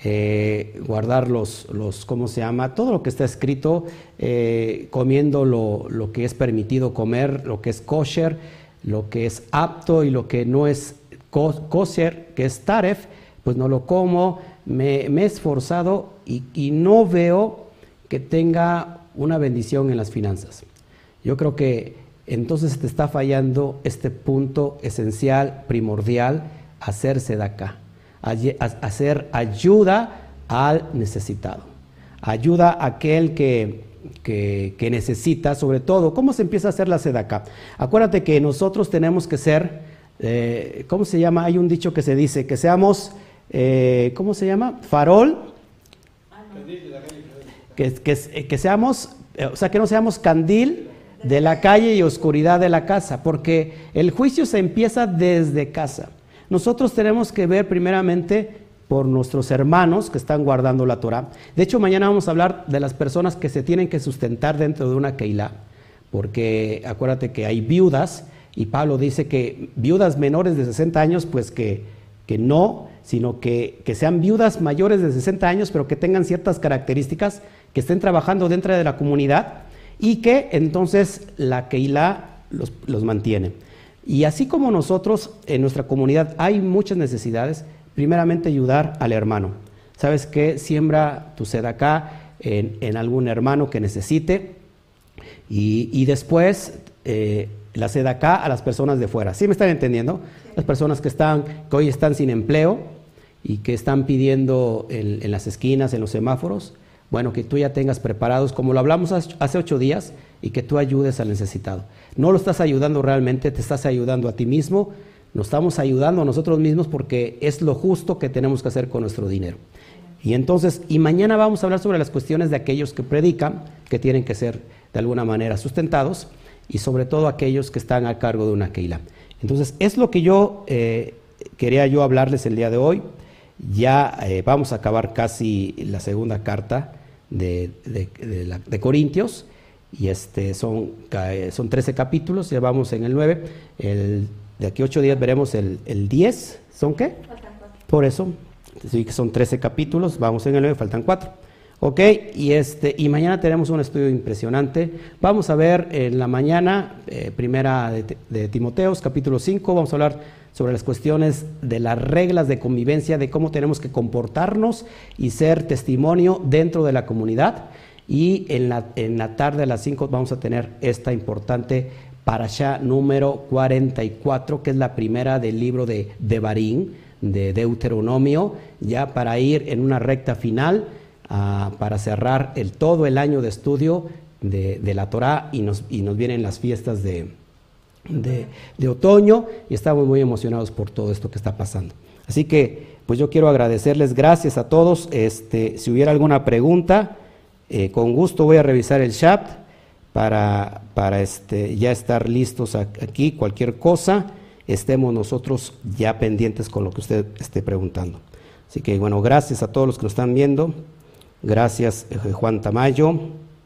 Eh, guardar los, los, ¿cómo se llama? Todo lo que está escrito, eh, comiendo lo, lo que es permitido comer, lo que es kosher, lo que es apto y lo que no es kosher, que es taref, pues no lo como. Me, me he esforzado y, y no veo que tenga una bendición en las finanzas. Yo creo que entonces te está fallando este punto esencial, primordial, hacer sedacá, hacer ayuda al necesitado, ayuda a aquel que, que, que necesita, sobre todo. ¿Cómo se empieza a hacer la sedacá? Acuérdate que nosotros tenemos que ser, eh, ¿cómo se llama? Hay un dicho que se dice, que seamos... Eh, ¿cómo se llama? Farol, que, que, que seamos, o sea, que no seamos candil de la calle y oscuridad de la casa, porque el juicio se empieza desde casa. Nosotros tenemos que ver primeramente por nuestros hermanos que están guardando la Torah. De hecho, mañana vamos a hablar de las personas que se tienen que sustentar dentro de una keilá, porque acuérdate que hay viudas, y Pablo dice que viudas menores de sesenta años, pues que, que no, sino que, que sean viudas mayores de sesenta años, pero que tengan ciertas características, que estén trabajando dentro de la comunidad y que entonces la Keilah los, los mantiene. Y así como nosotros en nuestra comunidad hay muchas necesidades, primeramente ayudar al hermano. ¿Sabes qué? Siembra tu sedacá en, en algún hermano que necesite y, y después eh, la sedacá a las personas de fuera. ¿Sí me están entendiendo? Las personas que, están, que hoy están sin empleo y que están pidiendo en, en las esquinas, en los semáforos, bueno, que tú ya tengas preparados, como lo hablamos hace ocho días, y que tú ayudes al necesitado. No lo estás ayudando realmente, te estás ayudando a ti mismo, nos estamos ayudando a nosotros mismos porque es lo justo que tenemos que hacer con nuestro dinero. Y entonces, y mañana vamos a hablar sobre las cuestiones de aquellos que predican, que tienen que ser de alguna manera sustentados, y sobre todo aquellos que están a cargo de una keila. Entonces, es lo que yo eh, quería yo hablarles el día de hoy. Ya eh, vamos a acabar casi la segunda carta de, de, de, la, de Corintios, y este son, son trece capítulos, ya vamos en el nueve. El, de aquí a ocho días veremos el, el diez. ¿Son qué? Por eso, sí, que son trece capítulos, vamos en el nueve, faltan cuatro. Ok, y, este, y mañana tenemos un estudio impresionante. Vamos a ver en la mañana, eh, primera de, de Timoteos, capítulo cinco, vamos a hablar sobre las cuestiones de las reglas de convivencia, de cómo tenemos que comportarnos y ser testimonio dentro de la comunidad. Y en la, en la tarde a las cinco vamos a tener esta importante parashá número cuarenta y cuatro, que es la primera del libro de Devarim, de Deuteronomio, ya para ir en una recta final, uh, para cerrar el, todo el año de estudio de, de la Torá, y nos, y nos vienen las fiestas de, de, de otoño, y estamos muy emocionados por todo esto que está pasando. Así que, pues yo quiero agradecerles, gracias a todos. Este, si hubiera alguna pregunta, eh, con gusto voy a revisar el chat para, para este, ya estar listos aquí, cualquier cosa, estemos nosotros ya pendientes con lo que usted esté preguntando. Así que bueno, gracias a todos los que nos están viendo. Gracias eh, Juan Tamayo.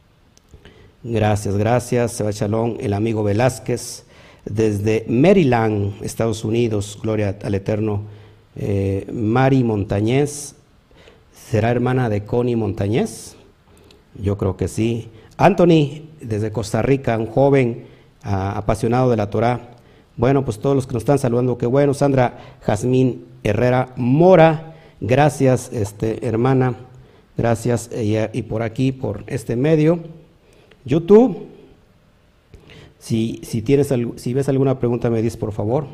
Gracias, gracias. Seba Shalom, el amigo Velázquez, desde Maryland, Estados Unidos. Gloria al Eterno. Eh, Mari Montañez, ¿será hermana de Connie Montañez? Yo creo que sí. Anthony, desde Costa Rica, un joven uh, apasionado de la Torá. Bueno, pues todos los que nos están saludando, qué bueno. Sandra Jazmín Herrera Mora, gracias, este, hermana, gracias, eh, y por aquí, por este medio. YouTube, si, si, tienes, si ves alguna pregunta, me dices, por favor.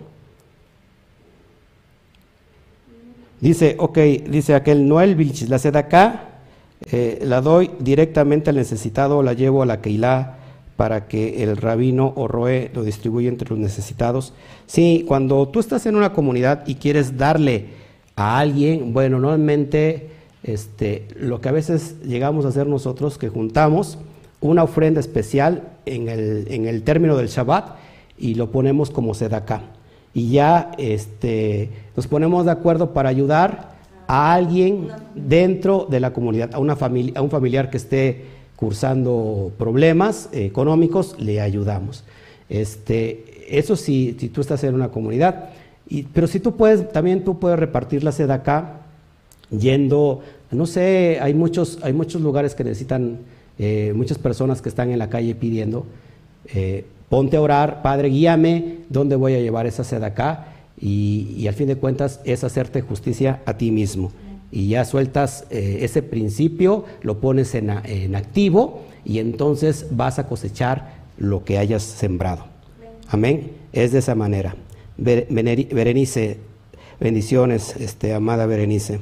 Dice, ok, dice aquel Noel Vilchis, la sedacá eh, la doy directamente al necesitado, o la llevo a la Keilah para que el rabino o roé lo distribuya entre los necesitados. Sí, cuando tú estás en una comunidad y quieres darle a alguien, bueno, normalmente este, lo que a veces llegamos a hacer nosotros, que juntamos una ofrenda especial en el, en el término del Shabbat y lo ponemos como sedacá. Y ya este, nos ponemos de acuerdo para ayudar a alguien dentro de la comunidad, a, una familia, a un familiar que esté cursando problemas eh, económicos, le ayudamos. Este, eso sí, si tú estás en una comunidad, y, pero si tú puedes, también tú puedes repartir la sedacá yendo, no sé, hay muchos, hay muchos lugares que necesitan, eh, muchas personas que están en la calle pidiendo, eh, ponte a orar, Padre, guíame, ¿dónde voy a llevar esa sedacá? Y, y al fin de cuentas es hacerte justicia a ti mismo. Y ya sueltas eh, ese principio, lo pones en, en activo, y entonces vas a cosechar lo que hayas sembrado. Amén. Es de esa manera. Berenice, bendiciones, este, amada Berenice.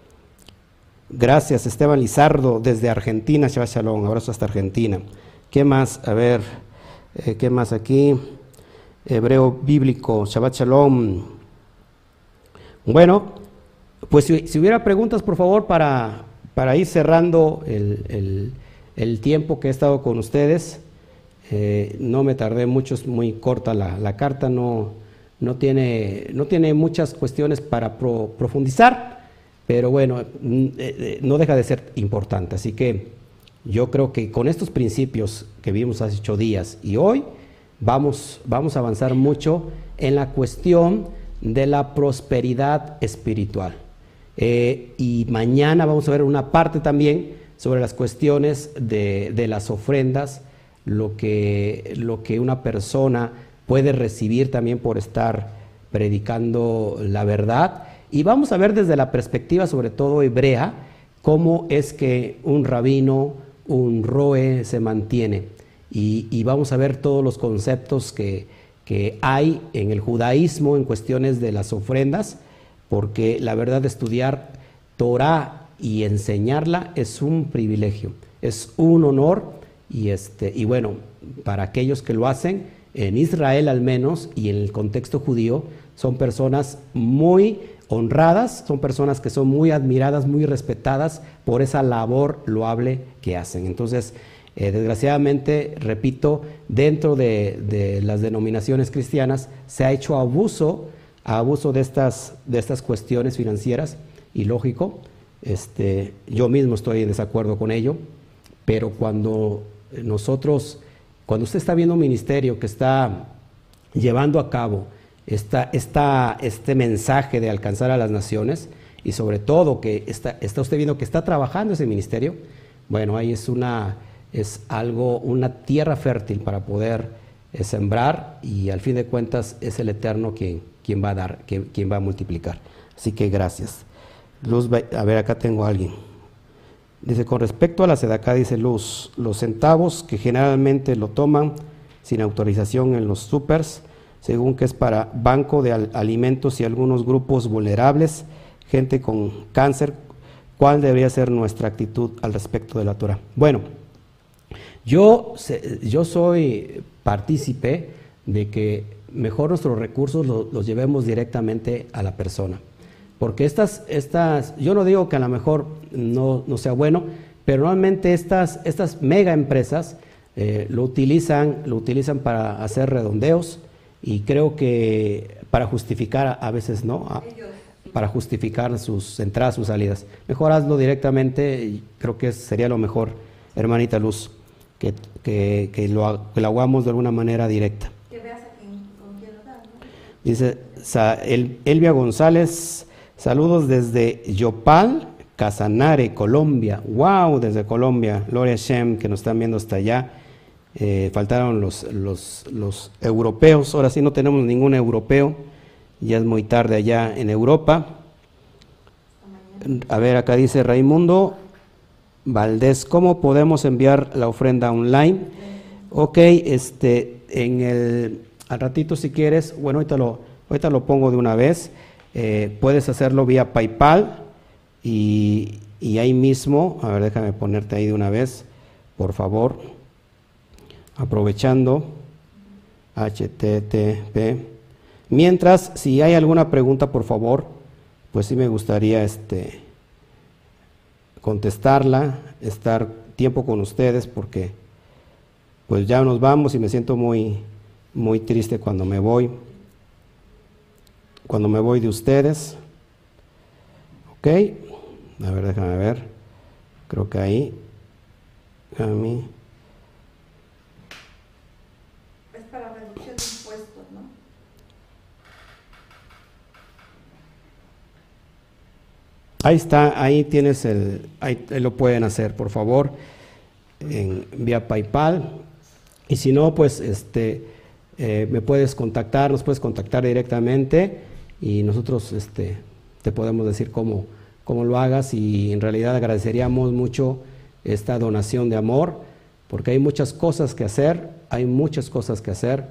Gracias, Esteban Lizardo, desde Argentina. Shabbat Shalom, abrazo hasta Argentina. ¿Qué más? A ver, eh, ¿qué más aquí? Hebreo bíblico, Shabbat Shalom. Bueno, pues si, si hubiera preguntas, por favor, para, para ir cerrando el, el, el tiempo que he estado con ustedes. Eh, no me tardé mucho, es muy corta la, la carta, no, no, tiene, no tiene muchas cuestiones para pro, profundizar, pero bueno, eh, no deja de ser importante. Así que yo creo que con estos principios que vimos hace ocho días y hoy, Vamos, vamos a avanzar mucho en la cuestión de la prosperidad espiritual. Eh, y mañana vamos a ver una parte también sobre las cuestiones de, de las ofrendas, lo que, lo que una persona puede recibir también por estar predicando la verdad. Y vamos a ver desde la perspectiva, sobre todo hebrea, cómo es que un rabino, un roe se mantiene. Y, y vamos a ver todos los conceptos que, que hay en el judaísmo en cuestiones de las ofrendas, porque la verdad de estudiar Torah y enseñarla es un privilegio, es un honor, y, este, y bueno, para aquellos que lo hacen, en Israel al menos, y en el contexto judío, son personas muy honradas, son personas que son muy admiradas, muy respetadas por esa labor loable que hacen. Entonces, eh, desgraciadamente, repito, dentro de, de las denominaciones cristianas se ha hecho abuso, abuso de estas, de estas cuestiones financieras, y lógico, este, yo mismo estoy en desacuerdo con ello, pero cuando nosotros, cuando usted está viendo un ministerio que está llevando a cabo esta, esta, este mensaje de alcanzar a las naciones, y sobre todo que está, está usted viendo que está trabajando ese ministerio, bueno, ahí es una, es algo, una tierra fértil para poder eh, sembrar, y al fin de cuentas es el Eterno quien, quien va a dar, quien, quien va a multiplicar. Así que gracias. Luz, a ver, acá tengo a alguien. Dice, con respecto a la sedacá, dice Luz, los centavos que generalmente lo toman sin autorización en los supers, según que es para banco de al alimentos y algunos grupos vulnerables, gente con cáncer, ¿cuál debería ser nuestra actitud al respecto de la Torah? Bueno, yo, yo soy partícipe de que mejor nuestros recursos los, los llevemos directamente a la persona. Porque estas, estas, yo no digo que a lo mejor no, no sea bueno, pero normalmente estas, estas mega empresas eh, lo utilizan, lo utilizan para hacer redondeos, y creo que para justificar, a veces no, a, para justificar sus entradas, sus salidas. Mejor hazlo directamente, y creo que sería lo mejor, hermanita Luz, que, que, que, lo, que lo hagamos de alguna manera directa. Que veas a quién, con quién lo das, ¿no? Dice Sa, El, Elvia González, saludos desde Yopal, Casanare, Colombia. ¡Wow! Desde Colombia. Gloria a Hashem, que nos están viendo hasta allá. Eh, faltaron los, los, los europeos. Ahora sí no tenemos ningún europeo. Ya es muy tarde allá en Europa. A ver, acá dice Raimundo Valdés, ¿cómo podemos enviar la ofrenda online? Ok, este, en el, al ratito si quieres, bueno, ahorita lo, ahorita lo pongo de una vez. Eh, puedes hacerlo vía PayPal, y, y ahí mismo, a ver, déjame ponerte ahí de una vez, por favor, aprovechando, H T T P. Mientras, si hay alguna pregunta, por favor, pues sí me gustaría este, contestarla, estar tiempo con ustedes, porque pues ya nos vamos y me siento muy, muy triste cuando me voy. Cuando me voy de ustedes. Ok, a ver, déjame ver, creo que ahí, a mí. Es para reducción de impuestos, ¿no? Ahí está, ahí tienes el, ahí, ahí lo pueden hacer, por favor, en, vía PayPal, y si no, pues, este, eh, me puedes contactar, nos puedes contactar directamente, y nosotros este, te podemos decir cómo, cómo lo hagas, y en realidad agradeceríamos mucho esta donación de amor, porque hay muchas cosas que hacer, hay muchas cosas que hacer,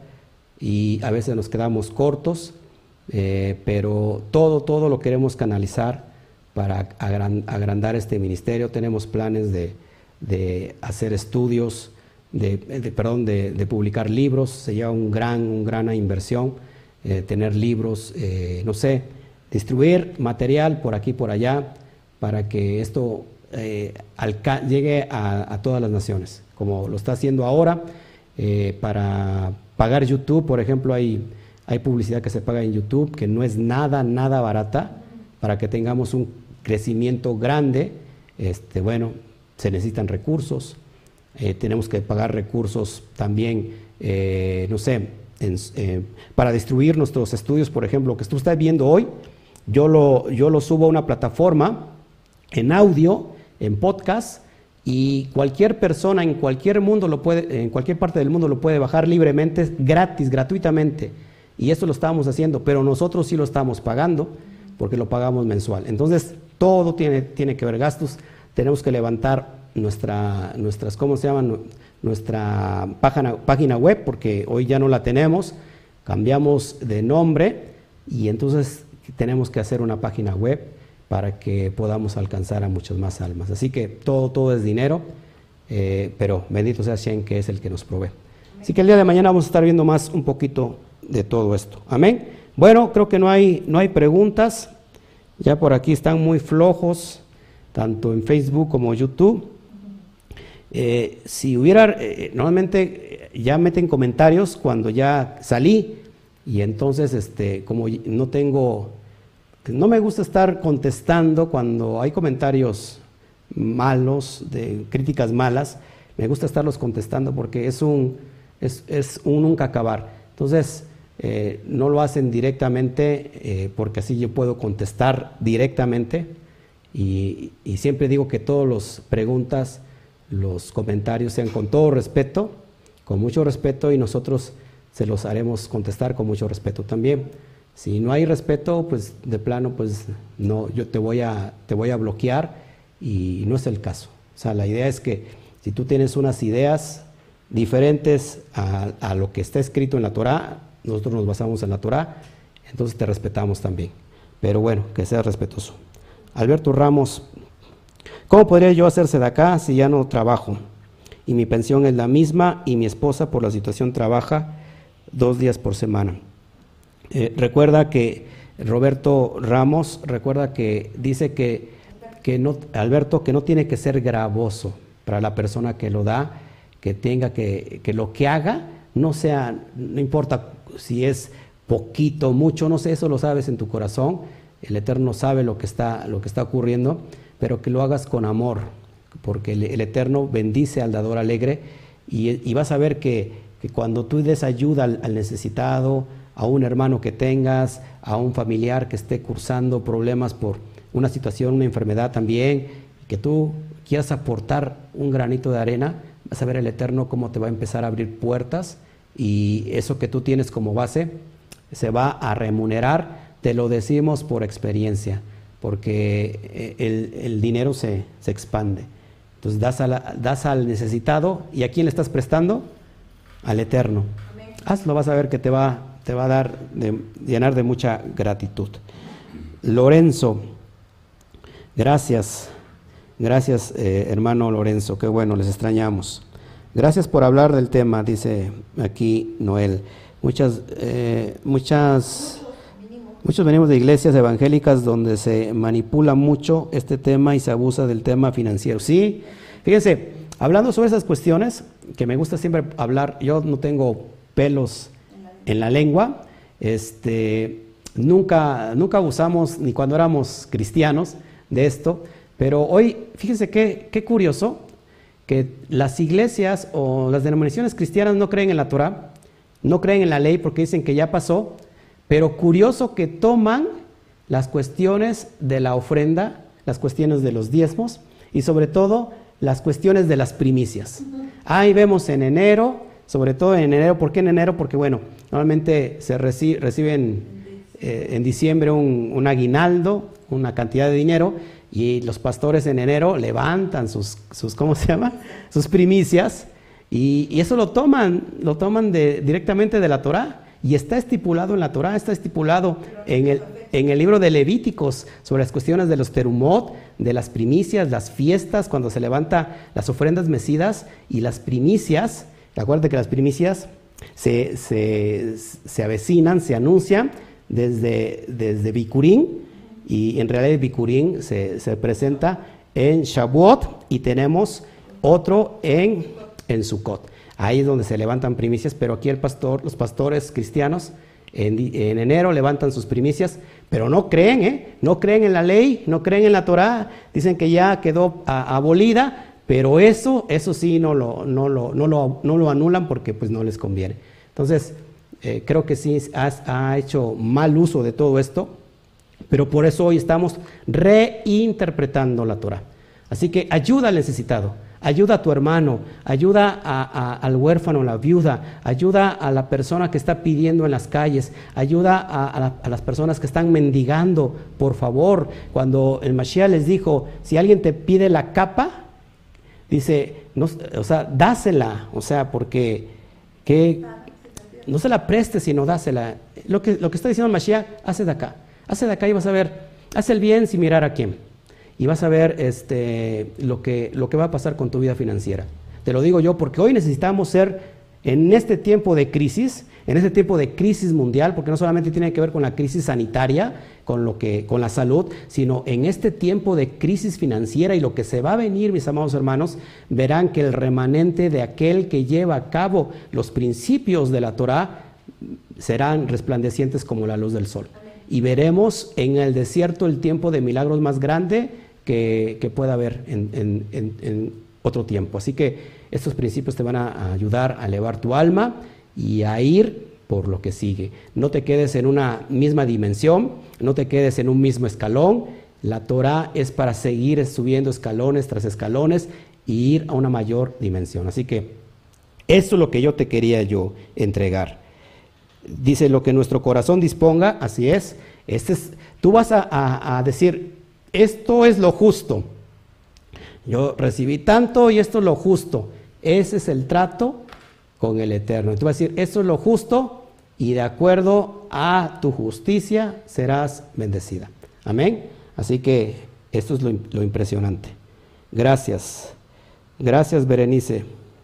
y a veces nos quedamos cortos, eh, pero todo, todo lo queremos canalizar para agrandar este ministerio. Tenemos planes de, de hacer estudios, de, de, perdón, de, de publicar libros, sería un gran, un gran inversión. Eh, tener libros, eh, no sé, distribuir material por aquí por allá para que esto eh, llegue a, a todas las naciones, como lo está haciendo ahora. Eh, para pagar YouTube, por ejemplo, hay, hay publicidad que se paga en YouTube, que no es nada, nada barata, para que tengamos un crecimiento grande. Este, bueno, se necesitan recursos, eh, tenemos que pagar recursos también, eh, no sé, En, eh, para distribuir nuestros estudios. Por ejemplo, lo que tú estás viendo hoy, yo lo, yo lo subo a una plataforma en audio, en podcast, y cualquier persona en cualquier mundo lo puede, en cualquier parte del mundo lo puede bajar libremente, gratis, gratuitamente, y esto lo estábamos haciendo, pero nosotros sí lo estamos pagando, porque lo pagamos mensual. Entonces, todo tiene, tiene que ver gastos. Tenemos que levantar nuestra, nuestras, ¿cómo se llaman? nuestra página, página web, porque hoy ya no la tenemos, cambiamos de nombre, y entonces tenemos que hacer una página web para que podamos alcanzar a muchas más almas. Así que todo, todo es dinero, eh, pero bendito sea Shem, que es el que nos provee. Así que el día de mañana vamos a estar viendo más un poquito de todo esto. Amén. Bueno, creo que no hay, no hay preguntas. Ya por aquí están muy flojos, tanto en Facebook como YouTube. Eh, si hubiera, eh, normalmente ya meten comentarios cuando ya salí, y entonces este, como no tengo, no me gusta estar contestando cuando hay comentarios malos, de críticas malas, me gusta estarlos contestando porque es un, es, es un nunca acabar. Entonces, eh, no lo hacen directamente eh, porque así yo puedo contestar directamente, y, y siempre digo que todas las preguntas, los comentarios sean con todo respeto, con mucho respeto, y nosotros se los haremos contestar con mucho respeto también. Si no hay respeto, pues de plano, pues no, yo te voy a, te voy a bloquear, y no es el caso. O sea, la idea es que si tú tienes unas ideas diferentes a, a lo que está escrito en la Torá, nosotros nos basamos en la Torá, entonces te respetamos también. Pero bueno, que seas respetuoso. Alberto Ramos: ¿cómo podría yo hacerse de acá si ya no trabajo? Y mi pensión es la misma, y mi esposa por la situación trabaja dos días por semana. Eh, recuerda que Roberto Ramos, recuerda que dice que, que no, Alberto, que no tiene que ser gravoso para la persona que lo da, que tenga que, que lo que haga no sea, no importa si es poquito, mucho, no sé, eso lo sabes en tu corazón, el Eterno sabe lo que está, lo que está ocurriendo, pero que lo hagas con amor, porque el, el Eterno bendice al dador alegre, y, y vas a ver que, que cuando tú des ayuda al, al necesitado, a un hermano que tengas, a un familiar que esté cursando problemas por una situación, una enfermedad también, que tú quieras aportar un granito de arena, vas a ver el Eterno cómo te va a empezar a abrir puertas, y eso que tú tienes como base se va a remunerar. Te lo decimos por experiencia, porque el, el dinero se, se expande. Entonces das, a la, das al necesitado, ¿y a quién le estás prestando? Al Eterno. Amén. Hazlo, vas a ver que te va, te va a dar, de, llenar de mucha gratitud. Lorenzo, gracias, gracias eh, hermano Lorenzo, qué bueno, les extrañamos. Gracias por hablar del tema, dice aquí Noel. Muchas, eh, muchas, muchos venimos de iglesias evangélicas donde se manipula mucho este tema y se abusa del tema financiero. Sí, fíjense, hablando sobre esas cuestiones, que me gusta siempre hablar, yo no tengo pelos en la lengua, este, nunca, nunca abusamos, ni cuando éramos cristianos, de esto, pero hoy, fíjense qué, qué curioso, que las iglesias o las denominaciones cristianas no creen en la Torá, no creen en la ley porque dicen que ya pasó, pero curioso que toman las cuestiones de la ofrenda, las cuestiones de los diezmos, y sobre todo las cuestiones de las primicias. Ahí vemos en enero, sobre todo en enero. ¿Por qué en enero? Porque bueno, normalmente se reci- reciben eh, en diciembre un, un aguinaldo, una cantidad de dinero, y los pastores en enero levantan sus, sus ¿cómo se llama? Sus primicias, y, y eso lo toman, lo toman de, directamente de la Torá, y está estipulado en la Torá, está estipulado en el, en el libro de Levíticos sobre las cuestiones de los terumot, de las primicias, las fiestas, cuando se levanta las ofrendas mecidas y las primicias. Acuérdate que las primicias se, se, se avecinan, se anuncian desde, desde Bikurín, y en realidad Bikurín se, se presenta en Shavuot, y tenemos otro en, en Sukkot. Ahí es donde se levantan primicias, pero aquí el pastor, los pastores cristianos en, en enero levantan sus primicias, pero no creen, ¿eh? No creen en la ley, no creen en la Torá, dicen que ya quedó a, abolida, pero eso, eso sí no lo, no lo, no lo, no lo anulan porque pues no les conviene. Entonces, eh, creo que sí has, ha hecho mal uso de todo esto, pero por eso hoy estamos reinterpretando la Torá. Así que ayuda al necesitado, ayuda a tu hermano, ayuda a, a, al huérfano, a la viuda, ayuda a la persona que está pidiendo en las calles, ayuda a, a, la, a las personas que están mendigando, por favor. Cuando el Mashiach les dijo, si alguien te pide la capa, dice, no, o sea, dásela, o sea, porque que no se la preste, sino dásela. Lo que, lo que está diciendo el Mashiach, hace de acá, hace de acá y vas a ver, haz el bien sin mirar a quién. Y vas a ver este, lo, que, lo que va a pasar con tu vida financiera. Te lo digo yo porque hoy necesitamos ser En este tiempo de crisis, en este tiempo de crisis mundial, porque no solamente tiene que ver con la crisis sanitaria, con, lo que, con la salud, sino en este tiempo de crisis financiera y lo que se va a venir, mis amados hermanos, verán que el remanente de aquel que lleva a cabo los principios de la Torá serán resplandecientes como la luz del sol. Y veremos en el desierto el tiempo de milagros más grande que, que pueda haber en, en, en, en otro tiempo. Así que estos principios te van a ayudar a elevar tu alma y a ir por lo que sigue. No te quedes en una misma dimensión, no te quedes en un mismo escalón. La Torah es para seguir subiendo escalones tras escalones y ir a una mayor dimensión. Así que eso es lo que yo te quería yo entregar. Dice, lo que nuestro corazón disponga, así es. Este es tú vas a, a, a decir, esto es lo justo. Yo recibí tanto y esto es lo justo. Ese es el trato con el Eterno. Tú vas a decir, esto es lo justo y de acuerdo a tu justicia serás bendecida. Amén. Así que esto es lo, lo impresionante. Gracias. Gracias, Berenice.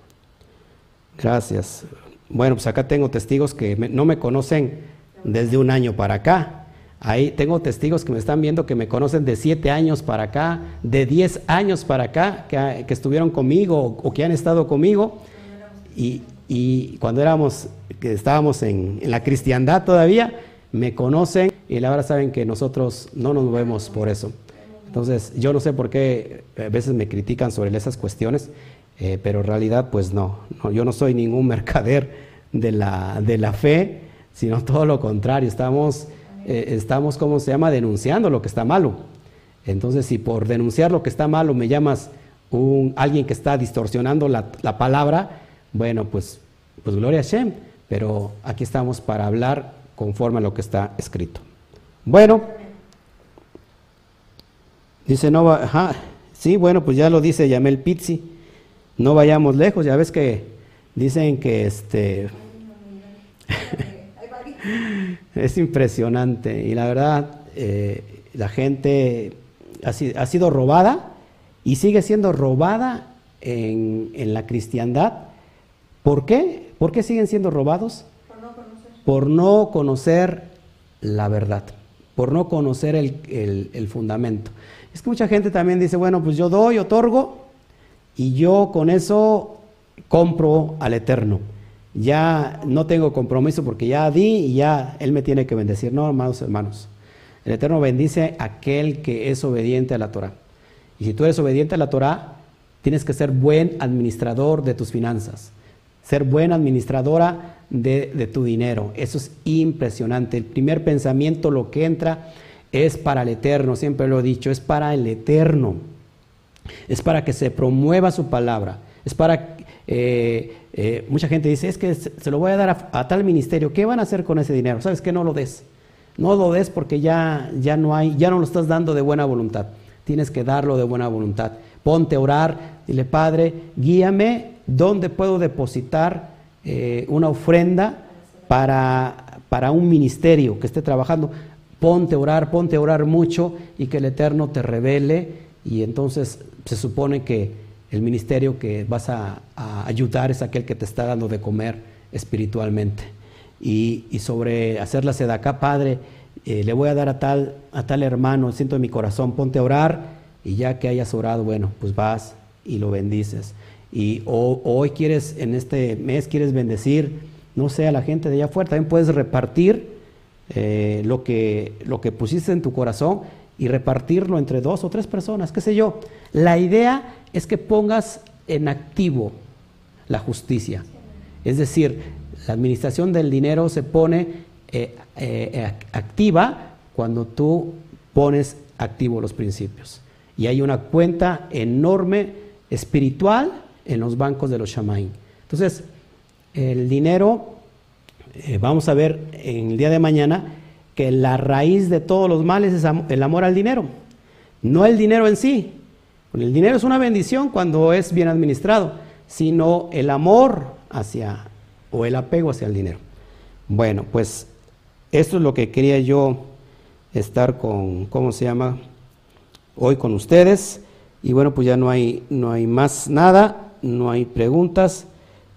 Gracias. Bueno, pues acá tengo testigos que me, no me conocen desde un año para acá. Ahí tengo testigos que me están viendo que me conocen de siete años para acá, de diez años para acá, que, que estuvieron conmigo o, o que han estado conmigo. Y, y cuando éramos, que estábamos en, en la cristiandad todavía, me conocen y ahora saben que nosotros no nos movemos por eso. Entonces, yo no sé por qué a veces me critican sobre esas cuestiones, eh, pero en realidad, pues no, no, yo no soy ningún mercader de la, de la fe, sino todo lo contrario, estamos... Eh, estamos, ¿cómo se llama?, denunciando lo que está malo. Entonces, si por denunciar lo que está malo me llamas un, alguien que está distorsionando la, la palabra, bueno, pues, pues gloria a Hashem, pero aquí estamos para hablar conforme a lo que está escrito. Bueno, dice, no va, ajá, sí, bueno, pues ya lo dice Yamel Pizzi, no vayamos lejos, ya ves que dicen que este... Es impresionante y la verdad eh, la gente ha, ha sido robada y sigue siendo robada en, en la cristiandad. ¿Por qué? ¿Por qué siguen siendo robados? Por no conocer. Por no conocer la verdad, por no conocer el, el, el fundamento. Es que mucha gente también dice, bueno, pues yo doy, otorgo y yo con eso compro al Eterno. Ya no tengo compromiso porque ya di y ya Él me tiene que bendecir. No, hermanos, hermanos. El Eterno bendice a aquel que es obediente a la Torah. Y si tú eres obediente a la Torah, tienes que ser buen administrador de tus finanzas. Ser buena administradora de, de tu dinero. Eso es impresionante. El primer pensamiento, lo que entra, es para el Eterno. Siempre lo he dicho, es para el Eterno. Es para que se promueva su palabra. Es para... Eh, eh, mucha gente dice, es que se lo voy a dar a, a tal ministerio, ¿qué van a hacer con ese dinero? ¿Sabes qué? No lo des, no lo des porque ya, ya no hay, ya no lo estás dando de buena voluntad, tienes que darlo de buena voluntad. Ponte a orar, dile, Padre, guíame, ¿dónde puedo depositar eh, una ofrenda para, para un ministerio que esté trabajando? Ponte a orar, ponte a orar mucho y que el Eterno te revele y entonces se supone que el ministerio que vas a, a ayudar es aquel que te está dando de comer espiritualmente. Y, y sobre hacer la sedacá, Padre, eh, le voy a dar a tal, a tal hermano, siento en mi corazón, ponte a orar, y ya que hayas orado, bueno, pues vas y lo bendices. Y o, hoy quieres, en este mes quieres bendecir, no sé, a la gente de allá afuera, también puedes repartir eh, lo, que, lo que pusiste en tu corazón y repartirlo entre dos o tres personas, qué sé yo. La idea es que pongas en activo la justicia. Es decir, la administración del dinero se pone eh, eh, activa cuando tú pones activo los principios. Y hay una cuenta enorme espiritual en los bancos de los Shamaim. Entonces, el dinero, eh, vamos a ver en el día de mañana, que la raíz de todos los males es el amor al dinero, no el dinero en sí. El dinero es una bendición cuando es bien administrado, sino el amor hacia, o el apego hacia el dinero. Bueno, pues esto es lo que quería yo estar con, ¿cómo se llama?, hoy con ustedes. Y bueno, pues ya no hay, no hay más nada, no hay preguntas.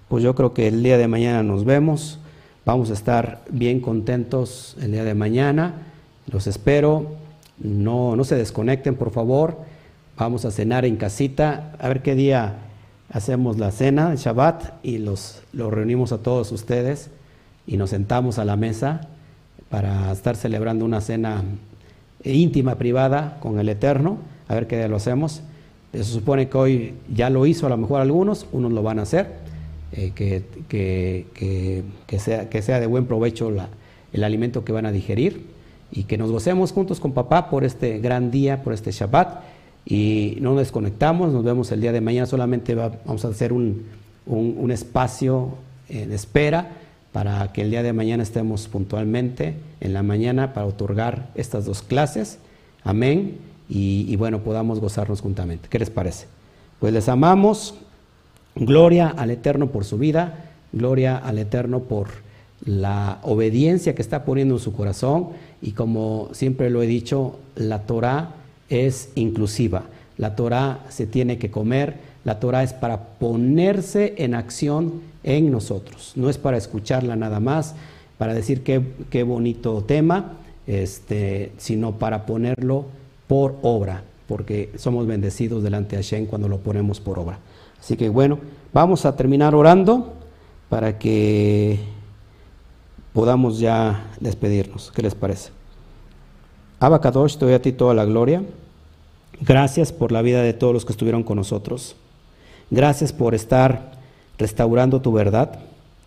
pues yo creo que el día de mañana nos vemos. Vamos a estar bien contentos el día de mañana. Los espero. No, no se desconecten, por favor. Vamos a cenar en casita. A ver qué día hacemos la cena, el Shabbat, y los, los reunimos a todos ustedes y nos sentamos a la mesa para estar celebrando una cena íntima, privada con el Eterno. A ver qué día lo hacemos. Se supone que hoy ya lo hizo a lo mejor algunos, unos lo van a hacer, eh, que, que, que, que, sea, que sea de buen provecho la, el alimento que van a digerir y que nos gocemos juntos con papá por este gran día, por este Shabbat, y no nos desconectamos. Nos vemos el día de mañana. Solamente va, vamos a hacer un, un, un espacio eh, de espera para que el día de mañana estemos puntualmente en la mañana para otorgar estas dos clases. Amén. Y, y bueno, podamos gozarnos juntamente. ¿Qué les parece? Pues les amamos. Gloria al Eterno por su vida. Gloria al Eterno por la obediencia que está poniendo en su corazón. Y como siempre lo he dicho, la Torah es inclusiva. La Torah se tiene que comer. La Torah es para ponerse en acción en nosotros. No es para escucharla nada más, para decir qué, qué bonito tema, este, sino para ponerlo por obra, porque somos bendecidos delante de Hashem cuando lo ponemos por obra. Así que bueno, vamos a terminar orando para que podamos ya despedirnos. ¿Qué les parece? Abba Kadosh, te doy a ti toda la gloria. Gracias por la vida de todos los que estuvieron con nosotros. Gracias por estar restaurando tu verdad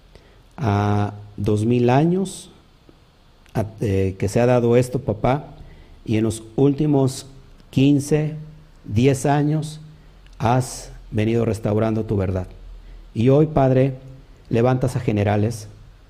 a dos mil años a, eh, que se ha dado esto, papá, y en los últimos quince, diez años has venido restaurando tu verdad. Y hoy, Padre, levantas a generales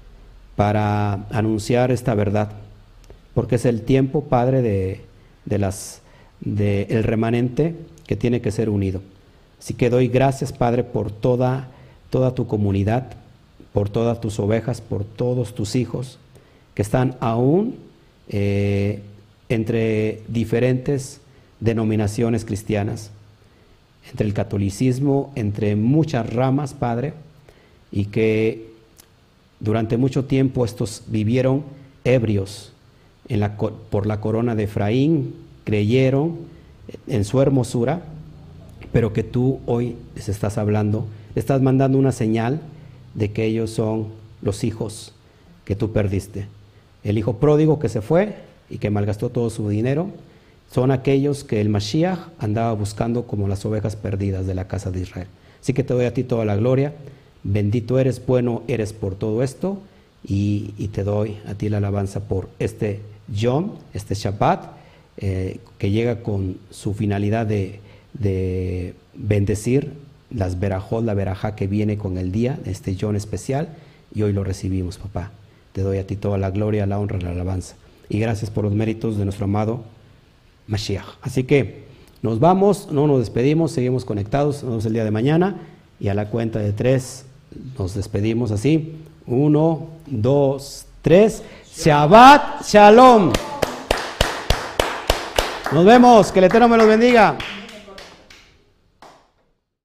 para anunciar esta verdad, porque es el tiempo, Padre, de, de las de el remanente que tiene que ser unido. Así que doy gracias, Padre, por toda, toda tu comunidad, por todas tus ovejas, por todos tus hijos que están aún eh, entre diferentes denominaciones cristianas, entre el catolicismo, entre muchas ramas, Padre, y que durante mucho tiempo estos vivieron ebrios en la, por la corona de Efraín, creyeron en su hermosura, pero que tú hoy les estás hablando, le estás mandando una señal de que ellos son los hijos que tú perdiste. El hijo pródigo que se fue y que malgastó todo su dinero, son aquellos que el Mashiach andaba buscando como las ovejas perdidas de la casa de Israel. Así que te doy a ti toda la gloria. Bendito eres, bueno eres por todo esto, y, y te doy a ti la alabanza por este Yom, este Shabbat, eh, que llega con su finalidad de, de bendecir las verajot, la verajá que viene con el día de este Yom especial, y hoy lo recibimos, papá. Te doy a ti toda la gloria, la honra, la alabanza. Y gracias por los méritos de nuestro amado Mashiach. Así que nos vamos, no nos despedimos, seguimos conectados, nos vemos el día de mañana, y a la cuenta de tres nos despedimos así. Uno, dos, tres. Shabbat Shalom. Nos vemos, que el Eterno me los bendiga.